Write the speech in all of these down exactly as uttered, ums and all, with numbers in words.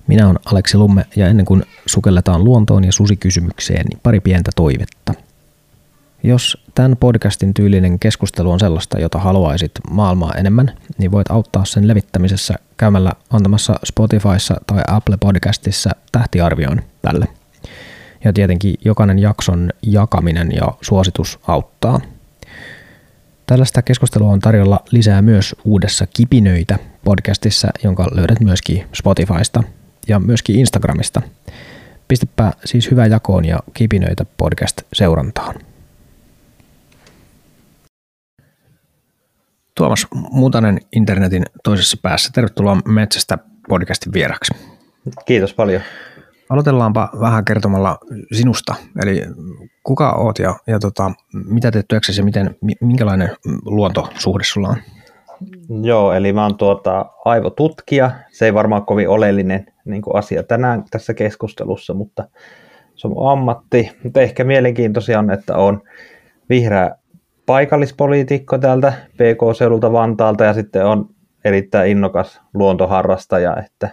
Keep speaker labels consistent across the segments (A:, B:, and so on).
A: Minä olen Aleksi Lumme ja ennen kuin sukelletaan luontoon ja susikysymykseen, niin pari pientä toivetta. Jos tämän podcastin tyylinen keskustelu on sellaista, jota haluaisit maailmaa enemmän, niin voit auttaa sen levittämisessä käymällä antamassa Spotifyssa tai Apple Podcastissa tähtiarvioon tälle. Ja tietenkin jokainen jakson jakaminen ja suositus auttaa. Tällaista keskustelua on tarjolla lisää myös uudessa Kipinöitä podcastissa, jonka löydät myöskin Spotifysta ja myöskin Instagramista. Pistäpä siis hyvää jakoon ja Kipinöitä podcast seurantaan. Tuomas Mutanen internetin toisessa päässä. Tervetuloa Metsästä podcastin vieraksi.
B: Kiitos paljon.
A: Aloitellaanpa vähän kertomalla sinusta. Eli kuka oot ja, ja tota, mitä teet työksesi ja miten, minkälainen luontosuhde sulla on?
B: Joo, eli mä oon tuota aivotutkija. Se ei varmaan kovin oleellinen niin kuin asia tänään tässä keskustelussa, mutta se on mun ammatti. Mutta ehkä mielenkiintoisia on, että on vihreä paikallispoliitikko täältä P K-seudulta Vantaalta ja sitten on erittäin innokas luontoharrastaja, että,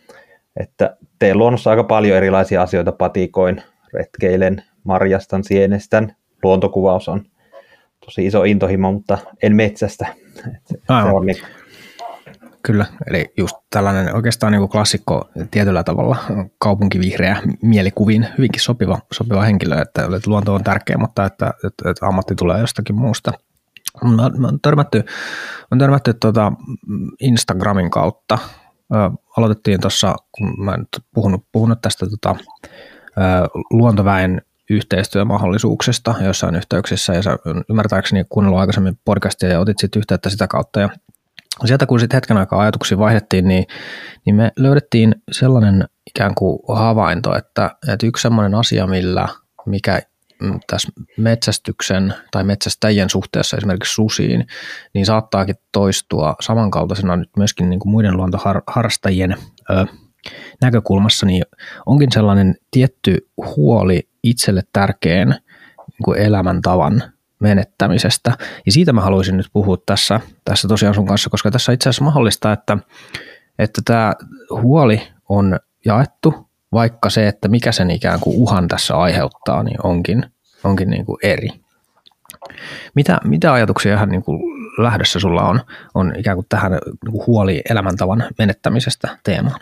B: että teen luonnossa aika paljon erilaisia asioita, patikoin, retkeilen, marjastan, sienestän. Luontokuvaus on tosi iso intohimo, mutta en metsästä. Se on niin.
A: Kyllä, eli just tällainen oikeastaan niin kuin klassikko tietyllä tavalla kaupunkivihreä mielikuviin hyvinkin sopiva, sopiva henkilö, että luonto on tärkeä, mutta että, että, että ammatti tulee jostakin muusta. Mä, mä on törmätty, on törmätty tuota Instagramin kautta. Ö, aloitettiin tuossa, kun mä en puhunut, puhunut tästä tota, ö, luontoväen yhteistyömahdollisuuksista jossain yhteyksissä, ja sä ymmärtääkseni kuunnellut aikaisemmin podcastia ja otit sitten yhteyttä sitä kautta, ja sieltä kun sitten hetken aikaa ajatuksia vaihdettiin, niin, niin me löydettiin sellainen ikään kuin havainto, että, että yksi sellainen asia, millä, mikä tässä metsästyksen tai metsästäjien suhteessa esimerkiksi susiin, niin saattaakin toistua samankaltaisena nyt myöskin niin kuin muiden luontoharrastajien ö, näkökulmassa, niin onkin sellainen tietty huoli itselle tärkeän niin kuin elämäntavan menettämisestä. Ja siitä mä haluaisin nyt puhua tässä, tässä tosiaan sun kanssa, koska tässä on itse asiassa mahdollista, että, että tämä huoli on jaettu, vaikka se, että mikä sen ikään kuin uhan tässä aiheuttaa, niin onkin, onkin niin kuin eri. Mitä, mitä ajatuksia ihan niin kuin lähdössä sulla on, on ikään kuin tähän niin kuin huoli elämäntavan menettämisestä teemaan?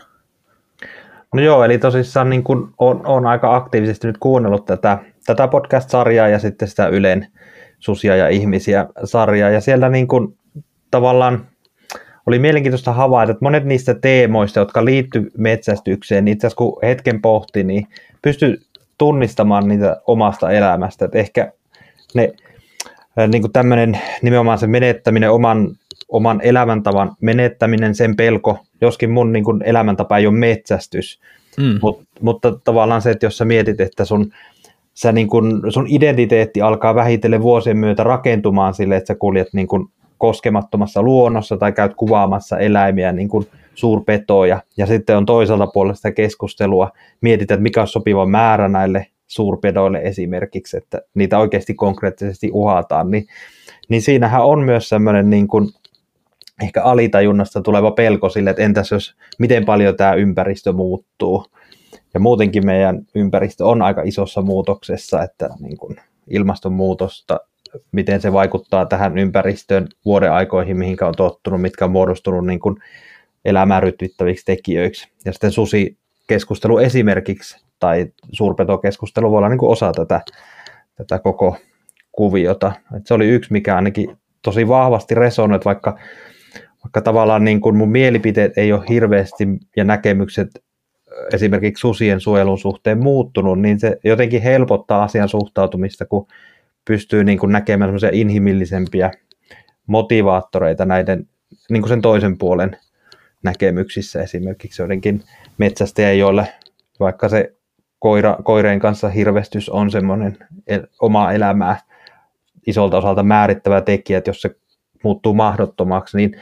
B: No joo, eli tosissaan niin kuin on, on aika aktiivisesti nyt kuunnellut tätä, tätä podcast-sarjaa ja sitten sitä Ylen Susia ja ihmisiä -sarjaa, ja siellä niin kuin tavallaan oli mielenkiintoista havaita, että monet niistä teemoista, jotka liittyy metsästykseen, niin itse asiassa kun hetken pohti, niin pystyi tunnistamaan niitä omasta elämästä, että ehkä ne niin kuin tämmöinen nimenomaan se menettäminen, oman, oman elämäntavan menettäminen, sen pelko, joskin mun niin kuin elämäntapa ei ole metsästys, mm. Mut, mutta tavallaan se, että jos sä mietit, että sun Sä niin kun, sun identiteetti alkaa vähitellen vuosien myötä rakentumaan sille, että sä kuljet niin kun koskemattomassa luonnossa tai käyt kuvaamassa eläimiä, niin kuin suurpetoja, ja sitten on toiselta puolella sitä keskustelua, mietitään, että mikä on sopiva määrä näille suurpedoille esimerkiksi, että niitä oikeasti konkreettisesti uhataan, niin, niin siinähän on myös semmoinen niin kuin ehkä alitajunnasta tuleva pelko sille, että entäs jos, miten paljon tämä ympäristö muuttuu. Ja muutenkin meidän ympäristö on aika isossa muutoksessa, että niin kuin ilmastonmuutosta, miten se vaikuttaa tähän ympäristöön vuodenaikoihin, mihinkä on tottunut, mitkä on muodostunut niin kuin elämää rytvittäviksi tekijöiksi. Ja sitten susikeskustelu esimerkiksi, tai suurpetokeskustelu voi olla niin kuin osa tätä, tätä koko kuviota. Et se oli yksi, mikä ainakin tosi vahvasti resonoi, että vaikka, vaikka tavallaan niin kuin mun mielipiteet ei ole hirveästi ja näkemykset esimerkiksi susien suojelun suhteen muuttunut, niin se jotenkin helpottaa asian suhtautumista, kun pystyy niin kuin näkemään semmoisia inhimillisempiä motivaattoreita näiden niin kuin sen toisen puolen näkemyksissä. Esimerkiksi joidenkin metsästäjä, joille vaikka se koira, koireen kanssa hirvestys on semmoinen el, omaa elämää isolta osalta määrittävä tekijä, että jos se muuttuu mahdottomaksi, niin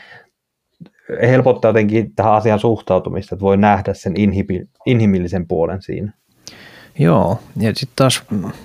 B: helpottaa jotenkin tähän asian suhtautumista, että voi nähdä sen inhimillisen puolen siinä.
A: Joo, ja sitten taas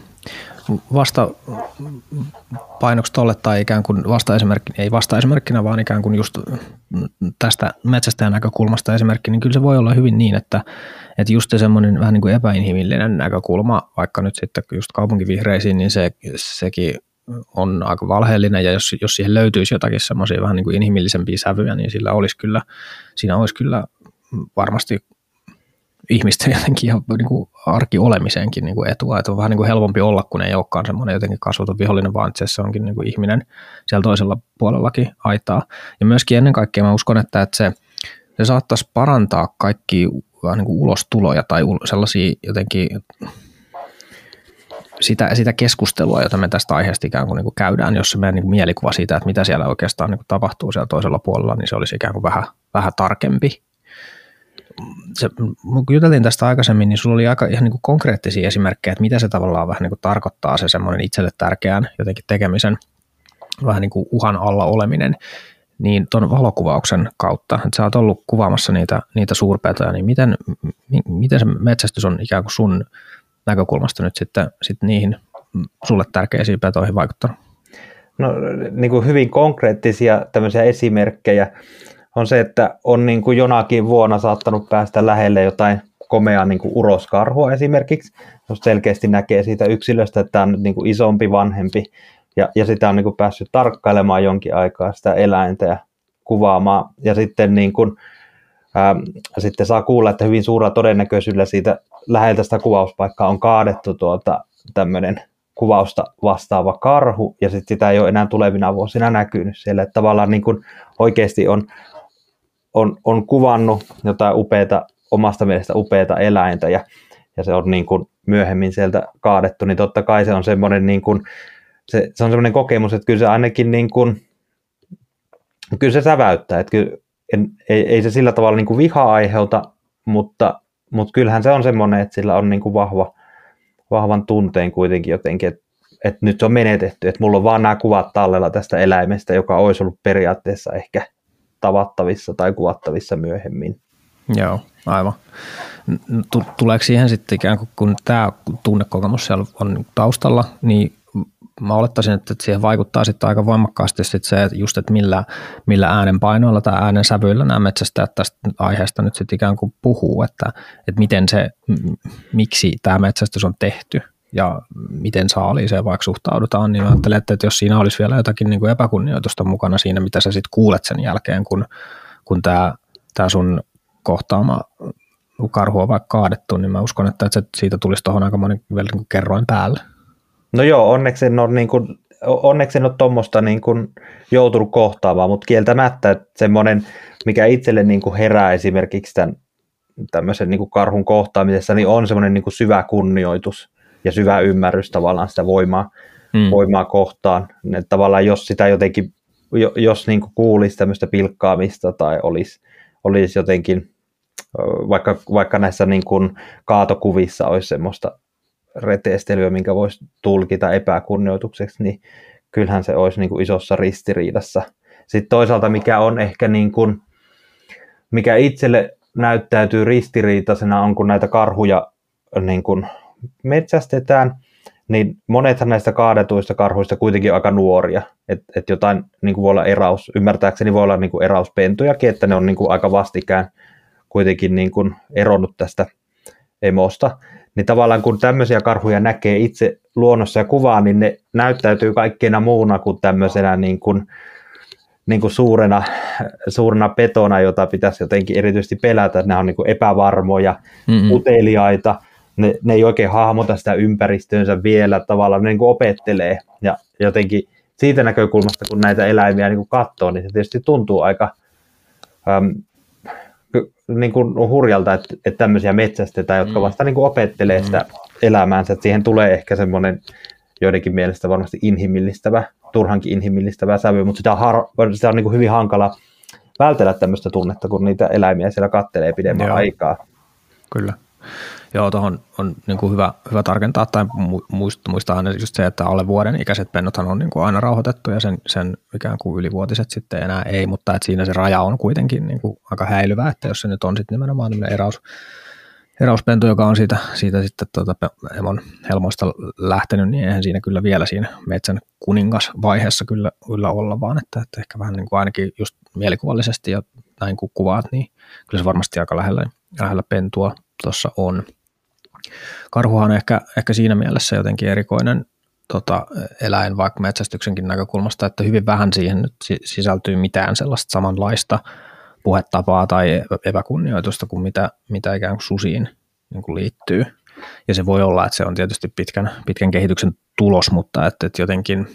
A: vasta painoksi tolle tai ikään kuin vasta-esimerkkinä, ei vasta-esimerkkinä, vaan ikään kuin just tästä metsästäjän näkökulmasta esimerkki, niin kyllä se voi olla hyvin niin, että, että just se semmoinen vähän niin kuin epäinhimillinen näkökulma, vaikka nyt sitten just kaupunkivihreisiin, niin se, sekin on aika valheellinen, ja jos, jos siihen löytyisi jotakin semmoisia vähän niin kuin inhimillisempiä sävyjä, niin sillä olisi kyllä, siinä olisi kyllä varmasti ihmisten jotenkin ihan niin kuin arkiolemiseenkin niin kuin etua, että on vähän niin kuin helpompi olla, kun ei olekaan semmoinen jotenkin kasvoton vihollinen, vaan itse asiassa onkin niin kuin ihminen siellä toisella puolellakin aitaa. Ja myöskin ennen kaikkea mä uskon, että se, se saattaisi parantaa kaikki niin kuin ulostuloja tai sellaisia jotenkin sitä, sitä keskustelua, jota me tästä aiheesta ikään kuin, niin kuin käydään, jos se meidän niin kuin mielikuva siitä, että mitä siellä oikeastaan niin kuin tapahtuu siellä toisella puolella, niin se olisi ikään kuin vähän, vähän tarkempi. Se, kun juteltiin tästä aikaisemmin, niin sulla oli aika ihan niin kuin konkreettisia esimerkkejä, että mitä se tavallaan vähän niin kuin tarkoittaa se semmoinen itselle tärkeän jotenkin tekemisen vähän niin kuin uhan alla oleminen, niin tuon valokuvauksen kautta, että sä oot ollut kuvaamassa niitä, niitä suurpetoja, niin miten, miten se metsästys on ikään kuin sun näkökulmasta nyt sitten, sitten niihin sulle tärkeisiin petoihin vaikuttanut?
B: No niin kuin hyvin konkreettisia tämmöisiä esimerkkejä on se, että on niin kuin jonakin vuonna saattanut päästä lähelle jotain komeaa niin kuin uroskarhua esimerkiksi, jos selkeästi näkee siitä yksilöstä, että tämä on nyt niin kuin isompi, vanhempi, ja, ja sitä on niin kuin päässyt tarkkailemaan jonkin aikaa sitä eläintä ja kuvaamaan, ja sitten, niin kuin, ää, sitten saa kuulla, että hyvin suurella todennäköisyydellä siitä läheltä sitä kuvauspaikkaa on kaadettu tuota, tämmöinen kuvausta vastaava karhu, ja sitten sitä ei ole enää tulevina vuosina näkynyt siellä, että tavallaan niin kuin oikeasti on On, on kuvannut jotain upeata, omasta mielestä upeata eläintä ja, ja se on niin kuin myöhemmin sieltä kaadettu, niin totta kai se on semmoinen, niin kuin, se, se on semmoinen kokemus, että kyllä se ainakin niin kuin, kyllä se säväyttää, että kyllä, en, ei, ei se sillä tavalla niin kuin vihaa aiheuta, mutta, mutta kyllähän se on semmoinen, että sillä on niin kuin vahva, vahvan tunteen kuitenkin jotenkin, että, että nyt se on menetetty, että mulla on vaan nämä kuvat tallella tästä eläimestä, joka olisi ollut periaatteessa ehkä tavattavissa tai kuvattavissa myöhemmin.
A: Joo, aivan. Tuleeko siihen sitten ikään kuin, kun tämä tunnekokemus siellä on taustalla, niin mä olettaisin, että siihen vaikuttaa sitten aika voimakkaasti sitten se, että just, että millä, millä äänenpainoilla tai äänen sävyillä nämä metsästäjät tästä aiheesta nyt sitten ikään kuin puhuu, että, että miten se, miksi tämä metsästys on tehty ja miten saaliiseen vaikka suhtaudutaan, niin mä ajattelen, että jos siinä olisi vielä jotakin niin kuin epäkunnioitusta mukana siinä, mitä sä sitten kuulet sen jälkeen, kun, kun tämä, tämä sun kohtaama karhu on vaikka kaadettu, niin mä uskon, että siitä tulisi tuohon aika monen vielä niin kuin kerroin päälle.
B: No joo, onneksi en ole, niin kuin, onneksi en ole tuommoista niin kuin joutunut kohtaamaan, mutta kieltämättä, että semmoinen, mikä itselle niin kuin herää esimerkiksi tämän tämmöisen niin kuin karhun kohtaamisessa, niin on semmoinen niin kuin syvä kunnioitus ja syvä ymmärrys tavallaan sitä voimaa, mm. voimaa kohtaan. Että tavallaan jos sitä jotenkin, jos niin kuin kuulisi tämmöistä pilkkaamista tai olisi, olisi jotenkin, vaikka, vaikka näissä niin kuin kaatokuvissa olisi semmoista reteestelyä, minkä voisi tulkita epäkunnioitukseksi, niin kyllähän se olisi niin kuin isossa ristiriidassa. Sitten toisaalta mikä on ehkä niin kuin, mikä itselle näyttäytyy ristiriitaisena on, kun näitä karhuja niin kuin metsästetään, niin monethan näistä kaadetuista karhuista kuitenkin on aika nuoria, että et jotain niin kuin voi olla eraus, ymmärtääkseni voi olla niin kuin erauspentujakin, että ne on niin kuin aika vastikään kuitenkin niin kuin eronnut tästä emosta, niin tavallaan kun tämmöisiä karhuja näkee itse luonnossa ja kuvaa, niin ne näyttäytyy kaikkeena muuna kuin tämmöisenä niin kuin, niin kuin suurena, suurena petona, jota pitäisi jotenkin erityisesti pelätä, että ne on niin kuin epävarmoja, mm-hmm. uteliaita, ne, ne ei oikein hahmota sitä ympäristöönsä vielä, tavallaan ne niin kuin opettelee, ja jotenkin siitä näkökulmasta, kun näitä eläimiä niin kuin katsoo, niin se tietysti tuntuu aika äm, niin kuin hurjalta, että, että tämmöisiä metsästetään, jotka vasta niin kuin opettelee sitä elämäänsä, että siihen tulee ehkä semmoinen joidenkin mielestä varmasti inhimillistävä, turhankin inhimillistävä sävy, mutta sitä on, har, sitä on niin kuin hyvin hankala vältellä tämmöistä tunnetta, kun niitä eläimiä siellä kattelee pidemmän Joo. aikaa.
A: Kyllä. Joo, tuohon on niin kuin hyvä, hyvä tarkentaa, tai muistahan just se, että alle vuoden ikäiset pennothan on niin kuin aina rauhoitettu, ja sen, sen ikään kuin ylivuotiset sitten enää ei, mutta että siinä se raja on kuitenkin niin kuin aika häilyvä, että jos se nyt on sitten nimenomaan tämmöinen eraus, Herauspentu, joka on siitä, siitä sitten tuota emon helmoista lähtenyt, niin eihän siinä kyllä vielä siinä metsän kuningasvaiheessa kyllä, kyllä olla, vaan että, että ehkä vähän niin kuin ainakin just mielikuvallisesti ja näin kun kuvaat, niin kyllä se varmasti aika lähellä, lähellä pentua tuossa on. Karhuhan on ehkä, ehkä siinä mielessä jotenkin erikoinen tota, eläin vaikka metsästyksenkin näkökulmasta, että hyvin vähän siihen nyt sisältyy mitään sellaista samanlaista puhetapaa tai epäkunnioitusta kuin mitä, mitä ikään kuin susiin niin kuin liittyy. Ja se voi olla, että se on tietysti pitkän, pitkän kehityksen tulos, mutta että, että jotenkin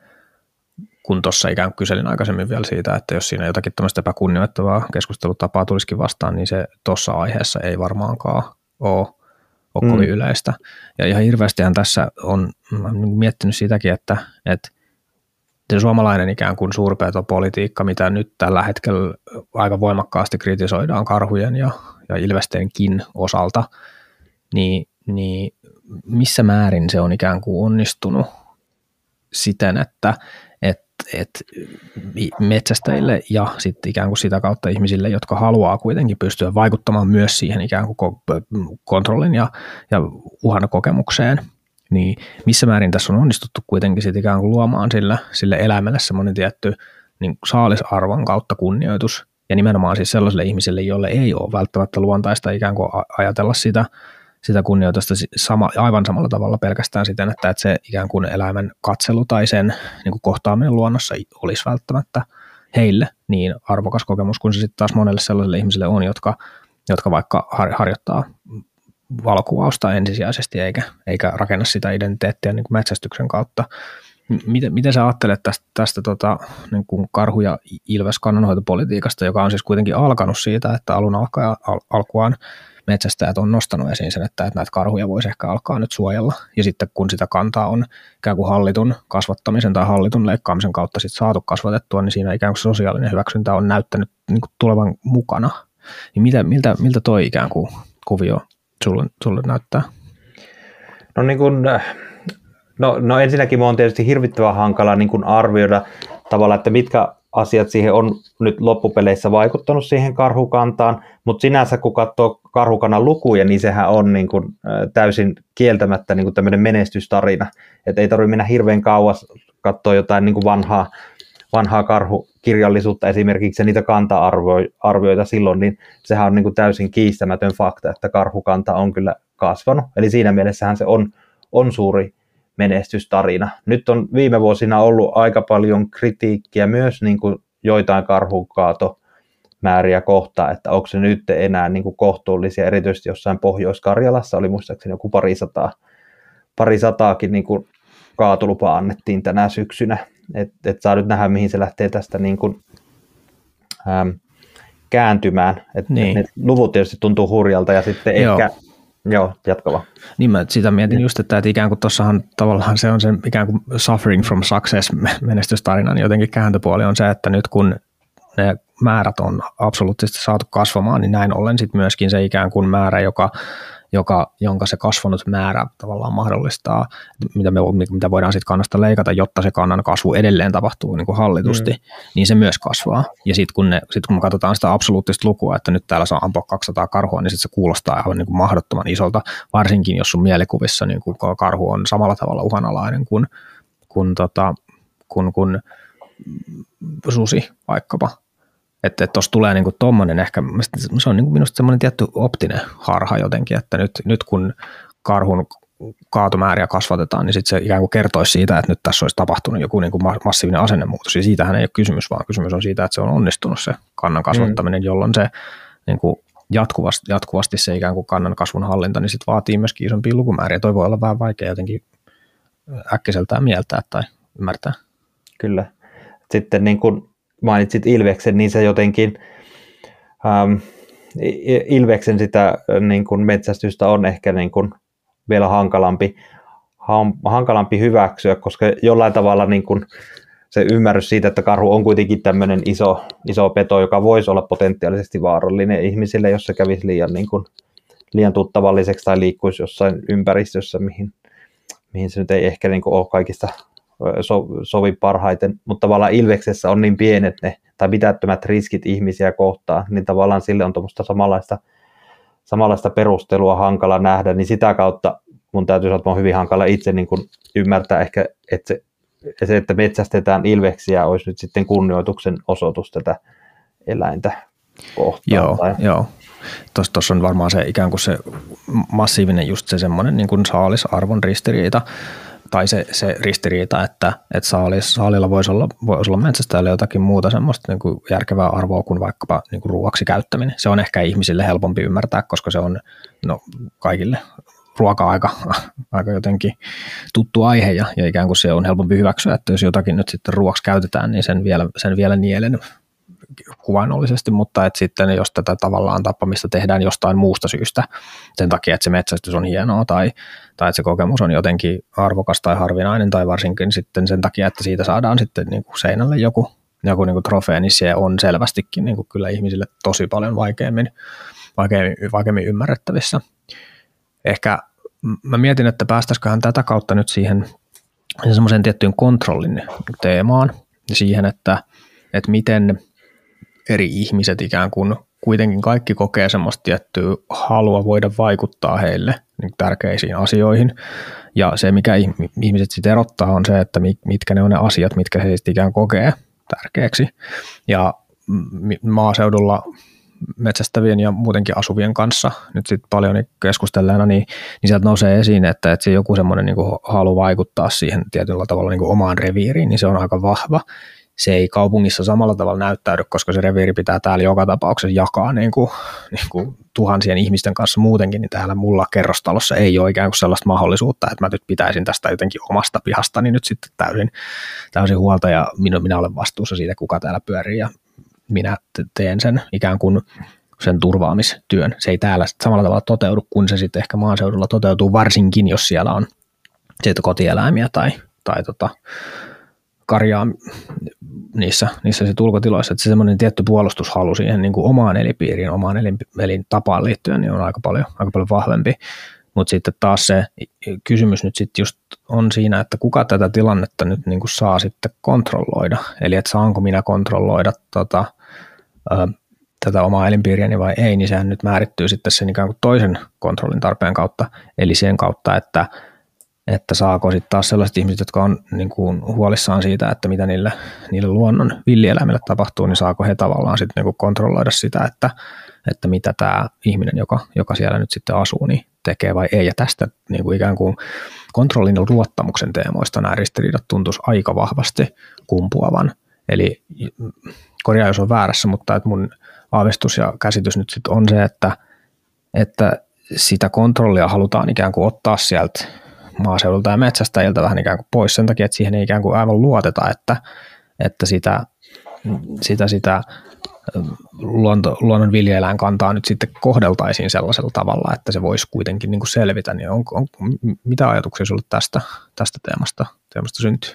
A: kun tuossa ikään kuin kyselin aikaisemmin vielä siitä, että jos siinä jotakin tämmöistä epäkunnioittavaa keskustelutapaa tulisikin vastaan, niin se tuossa aiheessa ei varmaankaan ole, ole mm. kovin yleistä. Ja ihan hirveästihän tässä on miettinyt sitäkin, että, että se suomalainen ikään kuin suurpetopolitiikka, mitä nyt tällä hetkellä aika voimakkaasti kritisoidaan karhujen ja, ja ilvestenkin osalta, niin, niin missä määrin se on ikään kuin onnistunut siten, että et, et metsästäjille ja sitten ikään kuin sitä kautta ihmisille, jotka haluaa kuitenkin pystyä vaikuttamaan myös siihen ikään kuin kontrollin ja, ja uhan kokemukseen, niin missä määrin tässä on onnistuttu kuitenkin sit ikään kuin luomaan sille, sille eläimelle semmoinen tietty niin saalisarvon kautta kunnioitus, ja nimenomaan siis sellaisille ihmisille, joille ei ole välttämättä luontaista ikään kuin ajatella sitä, sitä kunnioitusta sama, aivan samalla tavalla pelkästään siten, että, että se ikään kuin eläimen katselu tai sen niin kuin kohtaaminen luonnossa olisi välttämättä heille niin arvokas kokemus, kun se sitten taas monelle sellaisille ihmisille on, jotka, jotka vaikka har, harjoittaa valokuvausta ensisijaisesti eikä, eikä rakenna sitä identiteettiä niin kuin metsästyksen kautta. Miten, miten sä ajattelet tästä, tästä tota, niin kuin karhu- ja ilves-kannanhoitopolitiikasta, joka on siis kuitenkin alkanut siitä, että alun alkaa, al, alkuaan metsästäjät on nostanut esiin sen, että, että näitä karhuja voisi ehkä alkaa nyt suojella. Ja sitten kun sitä kantaa on ikään kuin hallitun kasvattamisen tai hallitun leikkaamisen kautta sit saatu kasvatettua, niin siinä ikään kuin sosiaalinen hyväksyntä on näyttänyt niin kuin tulevan mukana. Niin mitä, miltä, miltä toi ikään kuin kuvio sulle, sulle näyttää?
B: No niin kuin, no, no ensinnäkin minun on tietysti hirvittävän hankala niin kuin arvioida tavallaan, että mitkä asiat siihen on nyt loppupeleissä vaikuttanut siihen karhukantaan, mutta sinänsä kun katsoo karhukannan lukuja, niin sehän on niin kuin täysin kieltämättä niin kuin tämmöinen menestystarina, että ei tarvitse mennä hirveän kauas katsoa jotain niin kuin vanhaa, vanhaa karhukirjallisuutta esimerkiksi ja niitä kanta-arvioita silloin, niin sehän on niin kuin täysin kiistämätön fakta, että karhukanta on kyllä kasvanut, eli siinä mielessähän se on, on suuri menestystarina. Nyt on viime vuosina ollut aika paljon kritiikkiä myös niin kuin joitain karhukaatomääriä kohtaan, että onko se nyt enää niin kuin kohtuullisia, erityisesti jossain Pohjois-Karjalassa oli muistaakseni joku parisataa, parisataakin niin kuin kaatolupa annettiin tänä syksynä, että et saa nyt nähdä, mihin se lähtee tästä niin kuin, ähm, kääntymään, että niin. Et ne luvut tietysti tuntuu hurjalta ja sitten Joo. ehkä Joo, jatkava.
A: Niin mä sitä mietin just, että, että ikään kuin tuossahan tavallaan se on se ikään kuin suffering from success menestystarinan jotenkin kääntöpuoli on se, että nyt kun ne määrät on absoluuttisesti saatu kasvamaan, niin näin ollen sitten myöskin se ikään kuin määrä, joka, joka, jonka se kasvanut määrä tavallaan mahdollistaa, mitä, me, mitä voidaan sitten kannasta leikata, jotta se kannan kasvu edelleen tapahtuu niin kuin hallitusti, mm. niin se myös kasvaa. Ja sitten kun, sit kun me katsotaan sitä absoluuttista lukua, että nyt täällä saa ampua kaksisataa karhua, niin sitten se kuulostaa aivan niin kuin mahdottoman isolta, varsinkin jos sun mielikuvissa niin kuin karhu on samalla tavalla uhanalainen kuin, kuin, tota, kuin, kuin susi vaikkapa. Että tuossa tulee niinku tommonen ehkä, se on niinku minusta semmoinen tietty optinen harha jotenkin, että nyt, nyt kun karhun kaatomääriä kasvatetaan, niin sitten se ikään kuin kertoisi siitä, että nyt tässä olisi tapahtunut joku niinku massiivinen asennemuutos. Ja siitähän ei ole kysymys, vaan kysymys on siitä, että se on onnistunut se kannan kasvattaminen, mm. jolloin se niinku jatkuvasti, jatkuvasti se ikään kuin kannan kasvun hallinta, niin sitten vaatii myöskin isompia lukumääriä. Toi voi olla vähän vaikea jotenkin äkkiseltään mieltää tai ymmärtää.
B: Kyllä. Sitten niin kuin mainitsit Ilveksen, niin se jotenkin ähm, Ilveksen sitä niin kuin metsästystä on ehkä niin kuin vielä hankalampi, hankalampi hyväksyä, koska jollain tavalla niin kuin se ymmärrys siitä, että karhu on kuitenkin tämmöinen iso, iso peto, joka voisi olla potentiaalisesti vaarallinen ihmisille, jos se kävisi liian, niin kuin, liian tuttavalliseksi tai liikkuisi jossain ympäristössä, mihin, mihin se nyt ei ehkä niin kuin ole kaikista So, sovi parhaiten, mutta tavallaan Ilveksessä on niin pienet ne, tai mitättömät riskit ihmisiä kohtaan, niin tavallaan sille on tuommoista samanlaista, samanlaista perustelua hankala nähdä, niin sitä kautta mun täytyy sanoa, että on hyvin hankala itse niin kuin ymmärtää ehkä, että se, se, että metsästetään ilveksiä, olisi nyt sitten kunnioituksen osoitus tätä eläintä kohtaan.
A: Joo,
B: tai...
A: joo. Tuossa on varmaan se ikään kuin se massiivinen just se semmoinen niin kuin saalisarvon ristiriita, tai se, se ristiriita, että, että saalis, saalilla voisi olla, voisi olla metsästäjälle jotakin muuta semmoista niin kuin järkevää arvoa kuin vaikkapa niin kuin ruuaksi käyttäminen. Se on ehkä ihmisille helpompi ymmärtää, koska se on no, kaikille ruoka-aika aika jotenkin tuttu aihe ja, ja ikään kuin se on helpompi hyväksyä, että jos jotakin nyt sitten ruoaksi käytetään, niin sen vielä, sen vielä nielen kuvainnollisesti, mutta että sitten jos tätä tavallaan tappamista tehdään jostain muusta syystä, sen takia, että se metsästys on hienoa tai, tai että se kokemus on jotenkin arvokas tai harvinainen tai varsinkin sitten sen takia, että siitä saadaan sitten niin kuin seinälle joku, joku niin kuin trofee, niin se on selvästikin niin kuin kyllä ihmisille tosi paljon vaikeammin, vaikeammin, vaikeammin ymmärrettävissä. Ehkä mä mietin, että päästäisiköhän tätä kautta nyt siihen semmoiseen tiettyyn kontrollin teemaan ja siihen, että, että miten eri ihmiset ikään kuin kuitenkin kaikki kokee semmoista tiettyä halua voida vaikuttaa heille niin tärkeisiin asioihin. Ja se, mikä ihmiset sitten erottaa, on se, että mitkä ne on ne asiat, mitkä he sitten ikään kokee tärkeäksi. Ja maaseudulla metsästävien ja muutenkin asuvien kanssa nyt sitten paljon keskustelleena, niin, niin sieltä nousee esiin, että, että se joku semmoinen niin kuin halu vaikuttaa siihen tietyllä tavalla niin kuin omaan reviiriin, niin se on aika vahva. Se ei kaupungissa samalla tavalla näyttäydy, koska se reviiri pitää täällä joka tapauksessa jakaa niin kuin, niin kuin tuhansien ihmisten kanssa muutenkin, niin täällä mulla kerrostalossa ei ole ikään kuin sellaista mahdollisuutta, että mä nyt pitäisin tästä jotenkin omasta pihastani nyt sitten täysin, täysin huolta ja minä, minä olen vastuussa siitä, kuka täällä pyörii ja minä teen sen ikään kuin sen turvaamistyön. Se ei täällä samalla tavalla toteudu, kun se sitten ehkä maaseudulla toteutuu, varsinkin jos siellä on siitä kotieläimiä tai, tai tota, karjaa niissä, niissä sit ulkotiloissa, että se semmoinen tietty puolustushalu siihen niin kuin omaan elinpiiriin, omaan elin, elintapaan liittyen, niin on aika paljon, aika paljon vahvempi. Mutta sitten taas se kysymys nyt sitten just on siinä, että kuka tätä tilannetta nyt niin kuin saa sitten kontrolloida. Eli että saanko minä kontrolloida tota, ä, tätä omaa elinpiiriäni vai ei, niin sehän nyt määrittyy sitten sen ikään kuin toisen kontrollin tarpeen kautta. Eli sen kautta, että että saako sitten taas sellaiset ihmiset, jotka on niin kuin huolissaan siitä, että mitä niille, niille luonnon villieläimille tapahtuu, niin saako he tavallaan sitten niin kuin kontrolloida sitä, että, että mitä tämä ihminen, joka, joka siellä nyt sitten asuu, niin tekee vai ei. Ja tästä niin kuin ikään kuin kontrollin ja luottamuksen teemoista nämä ristiriidat tuntuisi aika vahvasti kumpuavan. Eli korjaa, jos on väärässä, mutta että mun aavistus ja käsitys nyt sitten on se, että, että sitä kontrollia halutaan ikään kuin ottaa sieltä maaseudulta ja metsästäjiltä vähän ikään kuin pois sen takia, että siihen ei ikään kuin aivan luoteta, että, että sitä, sitä, sitä luonto, luonnon viljeläinkantaa nyt sitten kohdeltaisiin sellaisella tavalla, että se voisi kuitenkin niin kuin selvitä. Niin on, on, mitä ajatuksia sinulle tästä, tästä teemasta, teemasta syntyy?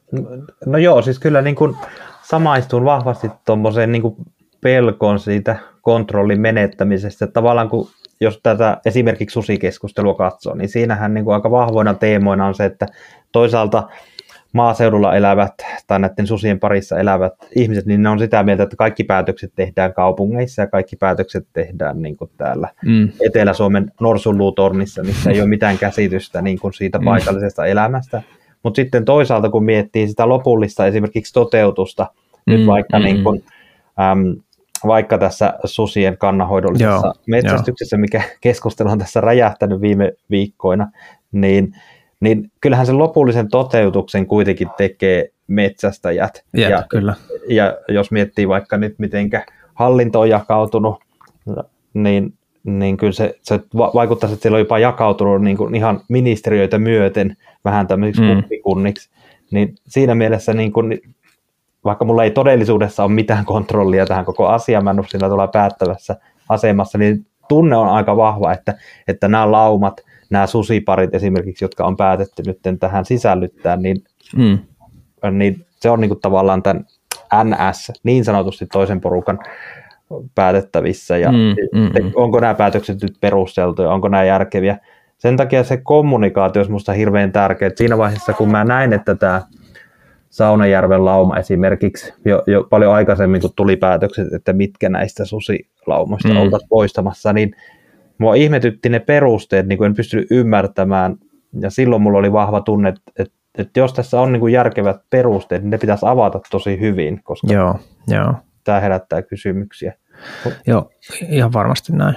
B: No joo, siis kyllä niin kuin samaistun vahvasti tuommoiseen niin kuin pelkoon siitä kontrollin menettämisestä. Tavallaan kun jos tätä esimerkiksi susikeskustelua katsoo, niin siinähän niin kuin aika vahvoina teemoina on se, että toisaalta maaseudulla elävät tai näiden susien parissa elävät ihmiset, niin ne on sitä mieltä, että kaikki päätökset tehdään kaupungeissa ja kaikki päätökset tehdään niin kuin täällä mm. Etelä-Suomen Norsunluutornissa, missä ei ole mitään käsitystä niin kuin siitä paikallisesta mm. elämästä. Mutta sitten toisaalta, kun miettii sitä lopullista esimerkiksi toteutusta, mm. nyt vaikka, mm. niin kuin, äm, vaikka tässä susien kannanhoidollisessa Joo, metsästyksessä, jo. mikä keskustelu on tässä räjähtänyt viime viikkoina, niin niin kyllähän sen lopullisen toteutuksen kuitenkin tekee metsästäjät.
A: Jep,
B: ja,
A: kyllä.
B: ja jos miettii vaikka nyt, mitenkä hallinto on jakautunut, niin, niin kyllä se, se vaikuttaa, että siellä on jopa jakautunut niin kuin ihan ministeriöitä myöten vähän tämmöisiksi mm. kuppikunniksi. Niin siinä mielessä, niin kuin, vaikka mulla ei todellisuudessa ole mitään kontrollia tähän koko asiaan, mä en ole siinä tuolla päättävässä asemassa, niin tunne on aika vahva, että, että nämä laumat, nämä susiparit esimerkiksi, jotka on päätetty nyt tähän sisällyttää, niin, mm. niin se on niin kuin tavallaan tämän N S, niin sanotusti toisen porukan päätettävissä, ja mm, mm, te, onko nämä päätökset nyt perusteltuja, onko nämä järkeviä. Sen takia se kommunikaatio olisi minusta hirveän tärkeää. Siinä vaiheessa, kun mä näin, että tämä Saunajärven lauma esimerkiksi jo, jo paljon aikaisemmin, kun tuli päätökset, että mitkä näistä susilaumoista mm. oltaisiin poistamassa, niin mua ihmetytti ne perusteet, niin kuin en pystynyt ymmärtämään, ja silloin mulla oli vahva tunne, että, että, että jos tässä on niin kuin järkevät perusteet, niin ne pitäisi avata tosi hyvin, koska
A: joo, joo.
B: tämä herättää kysymyksiä.
A: Joo, ihan varmasti näin.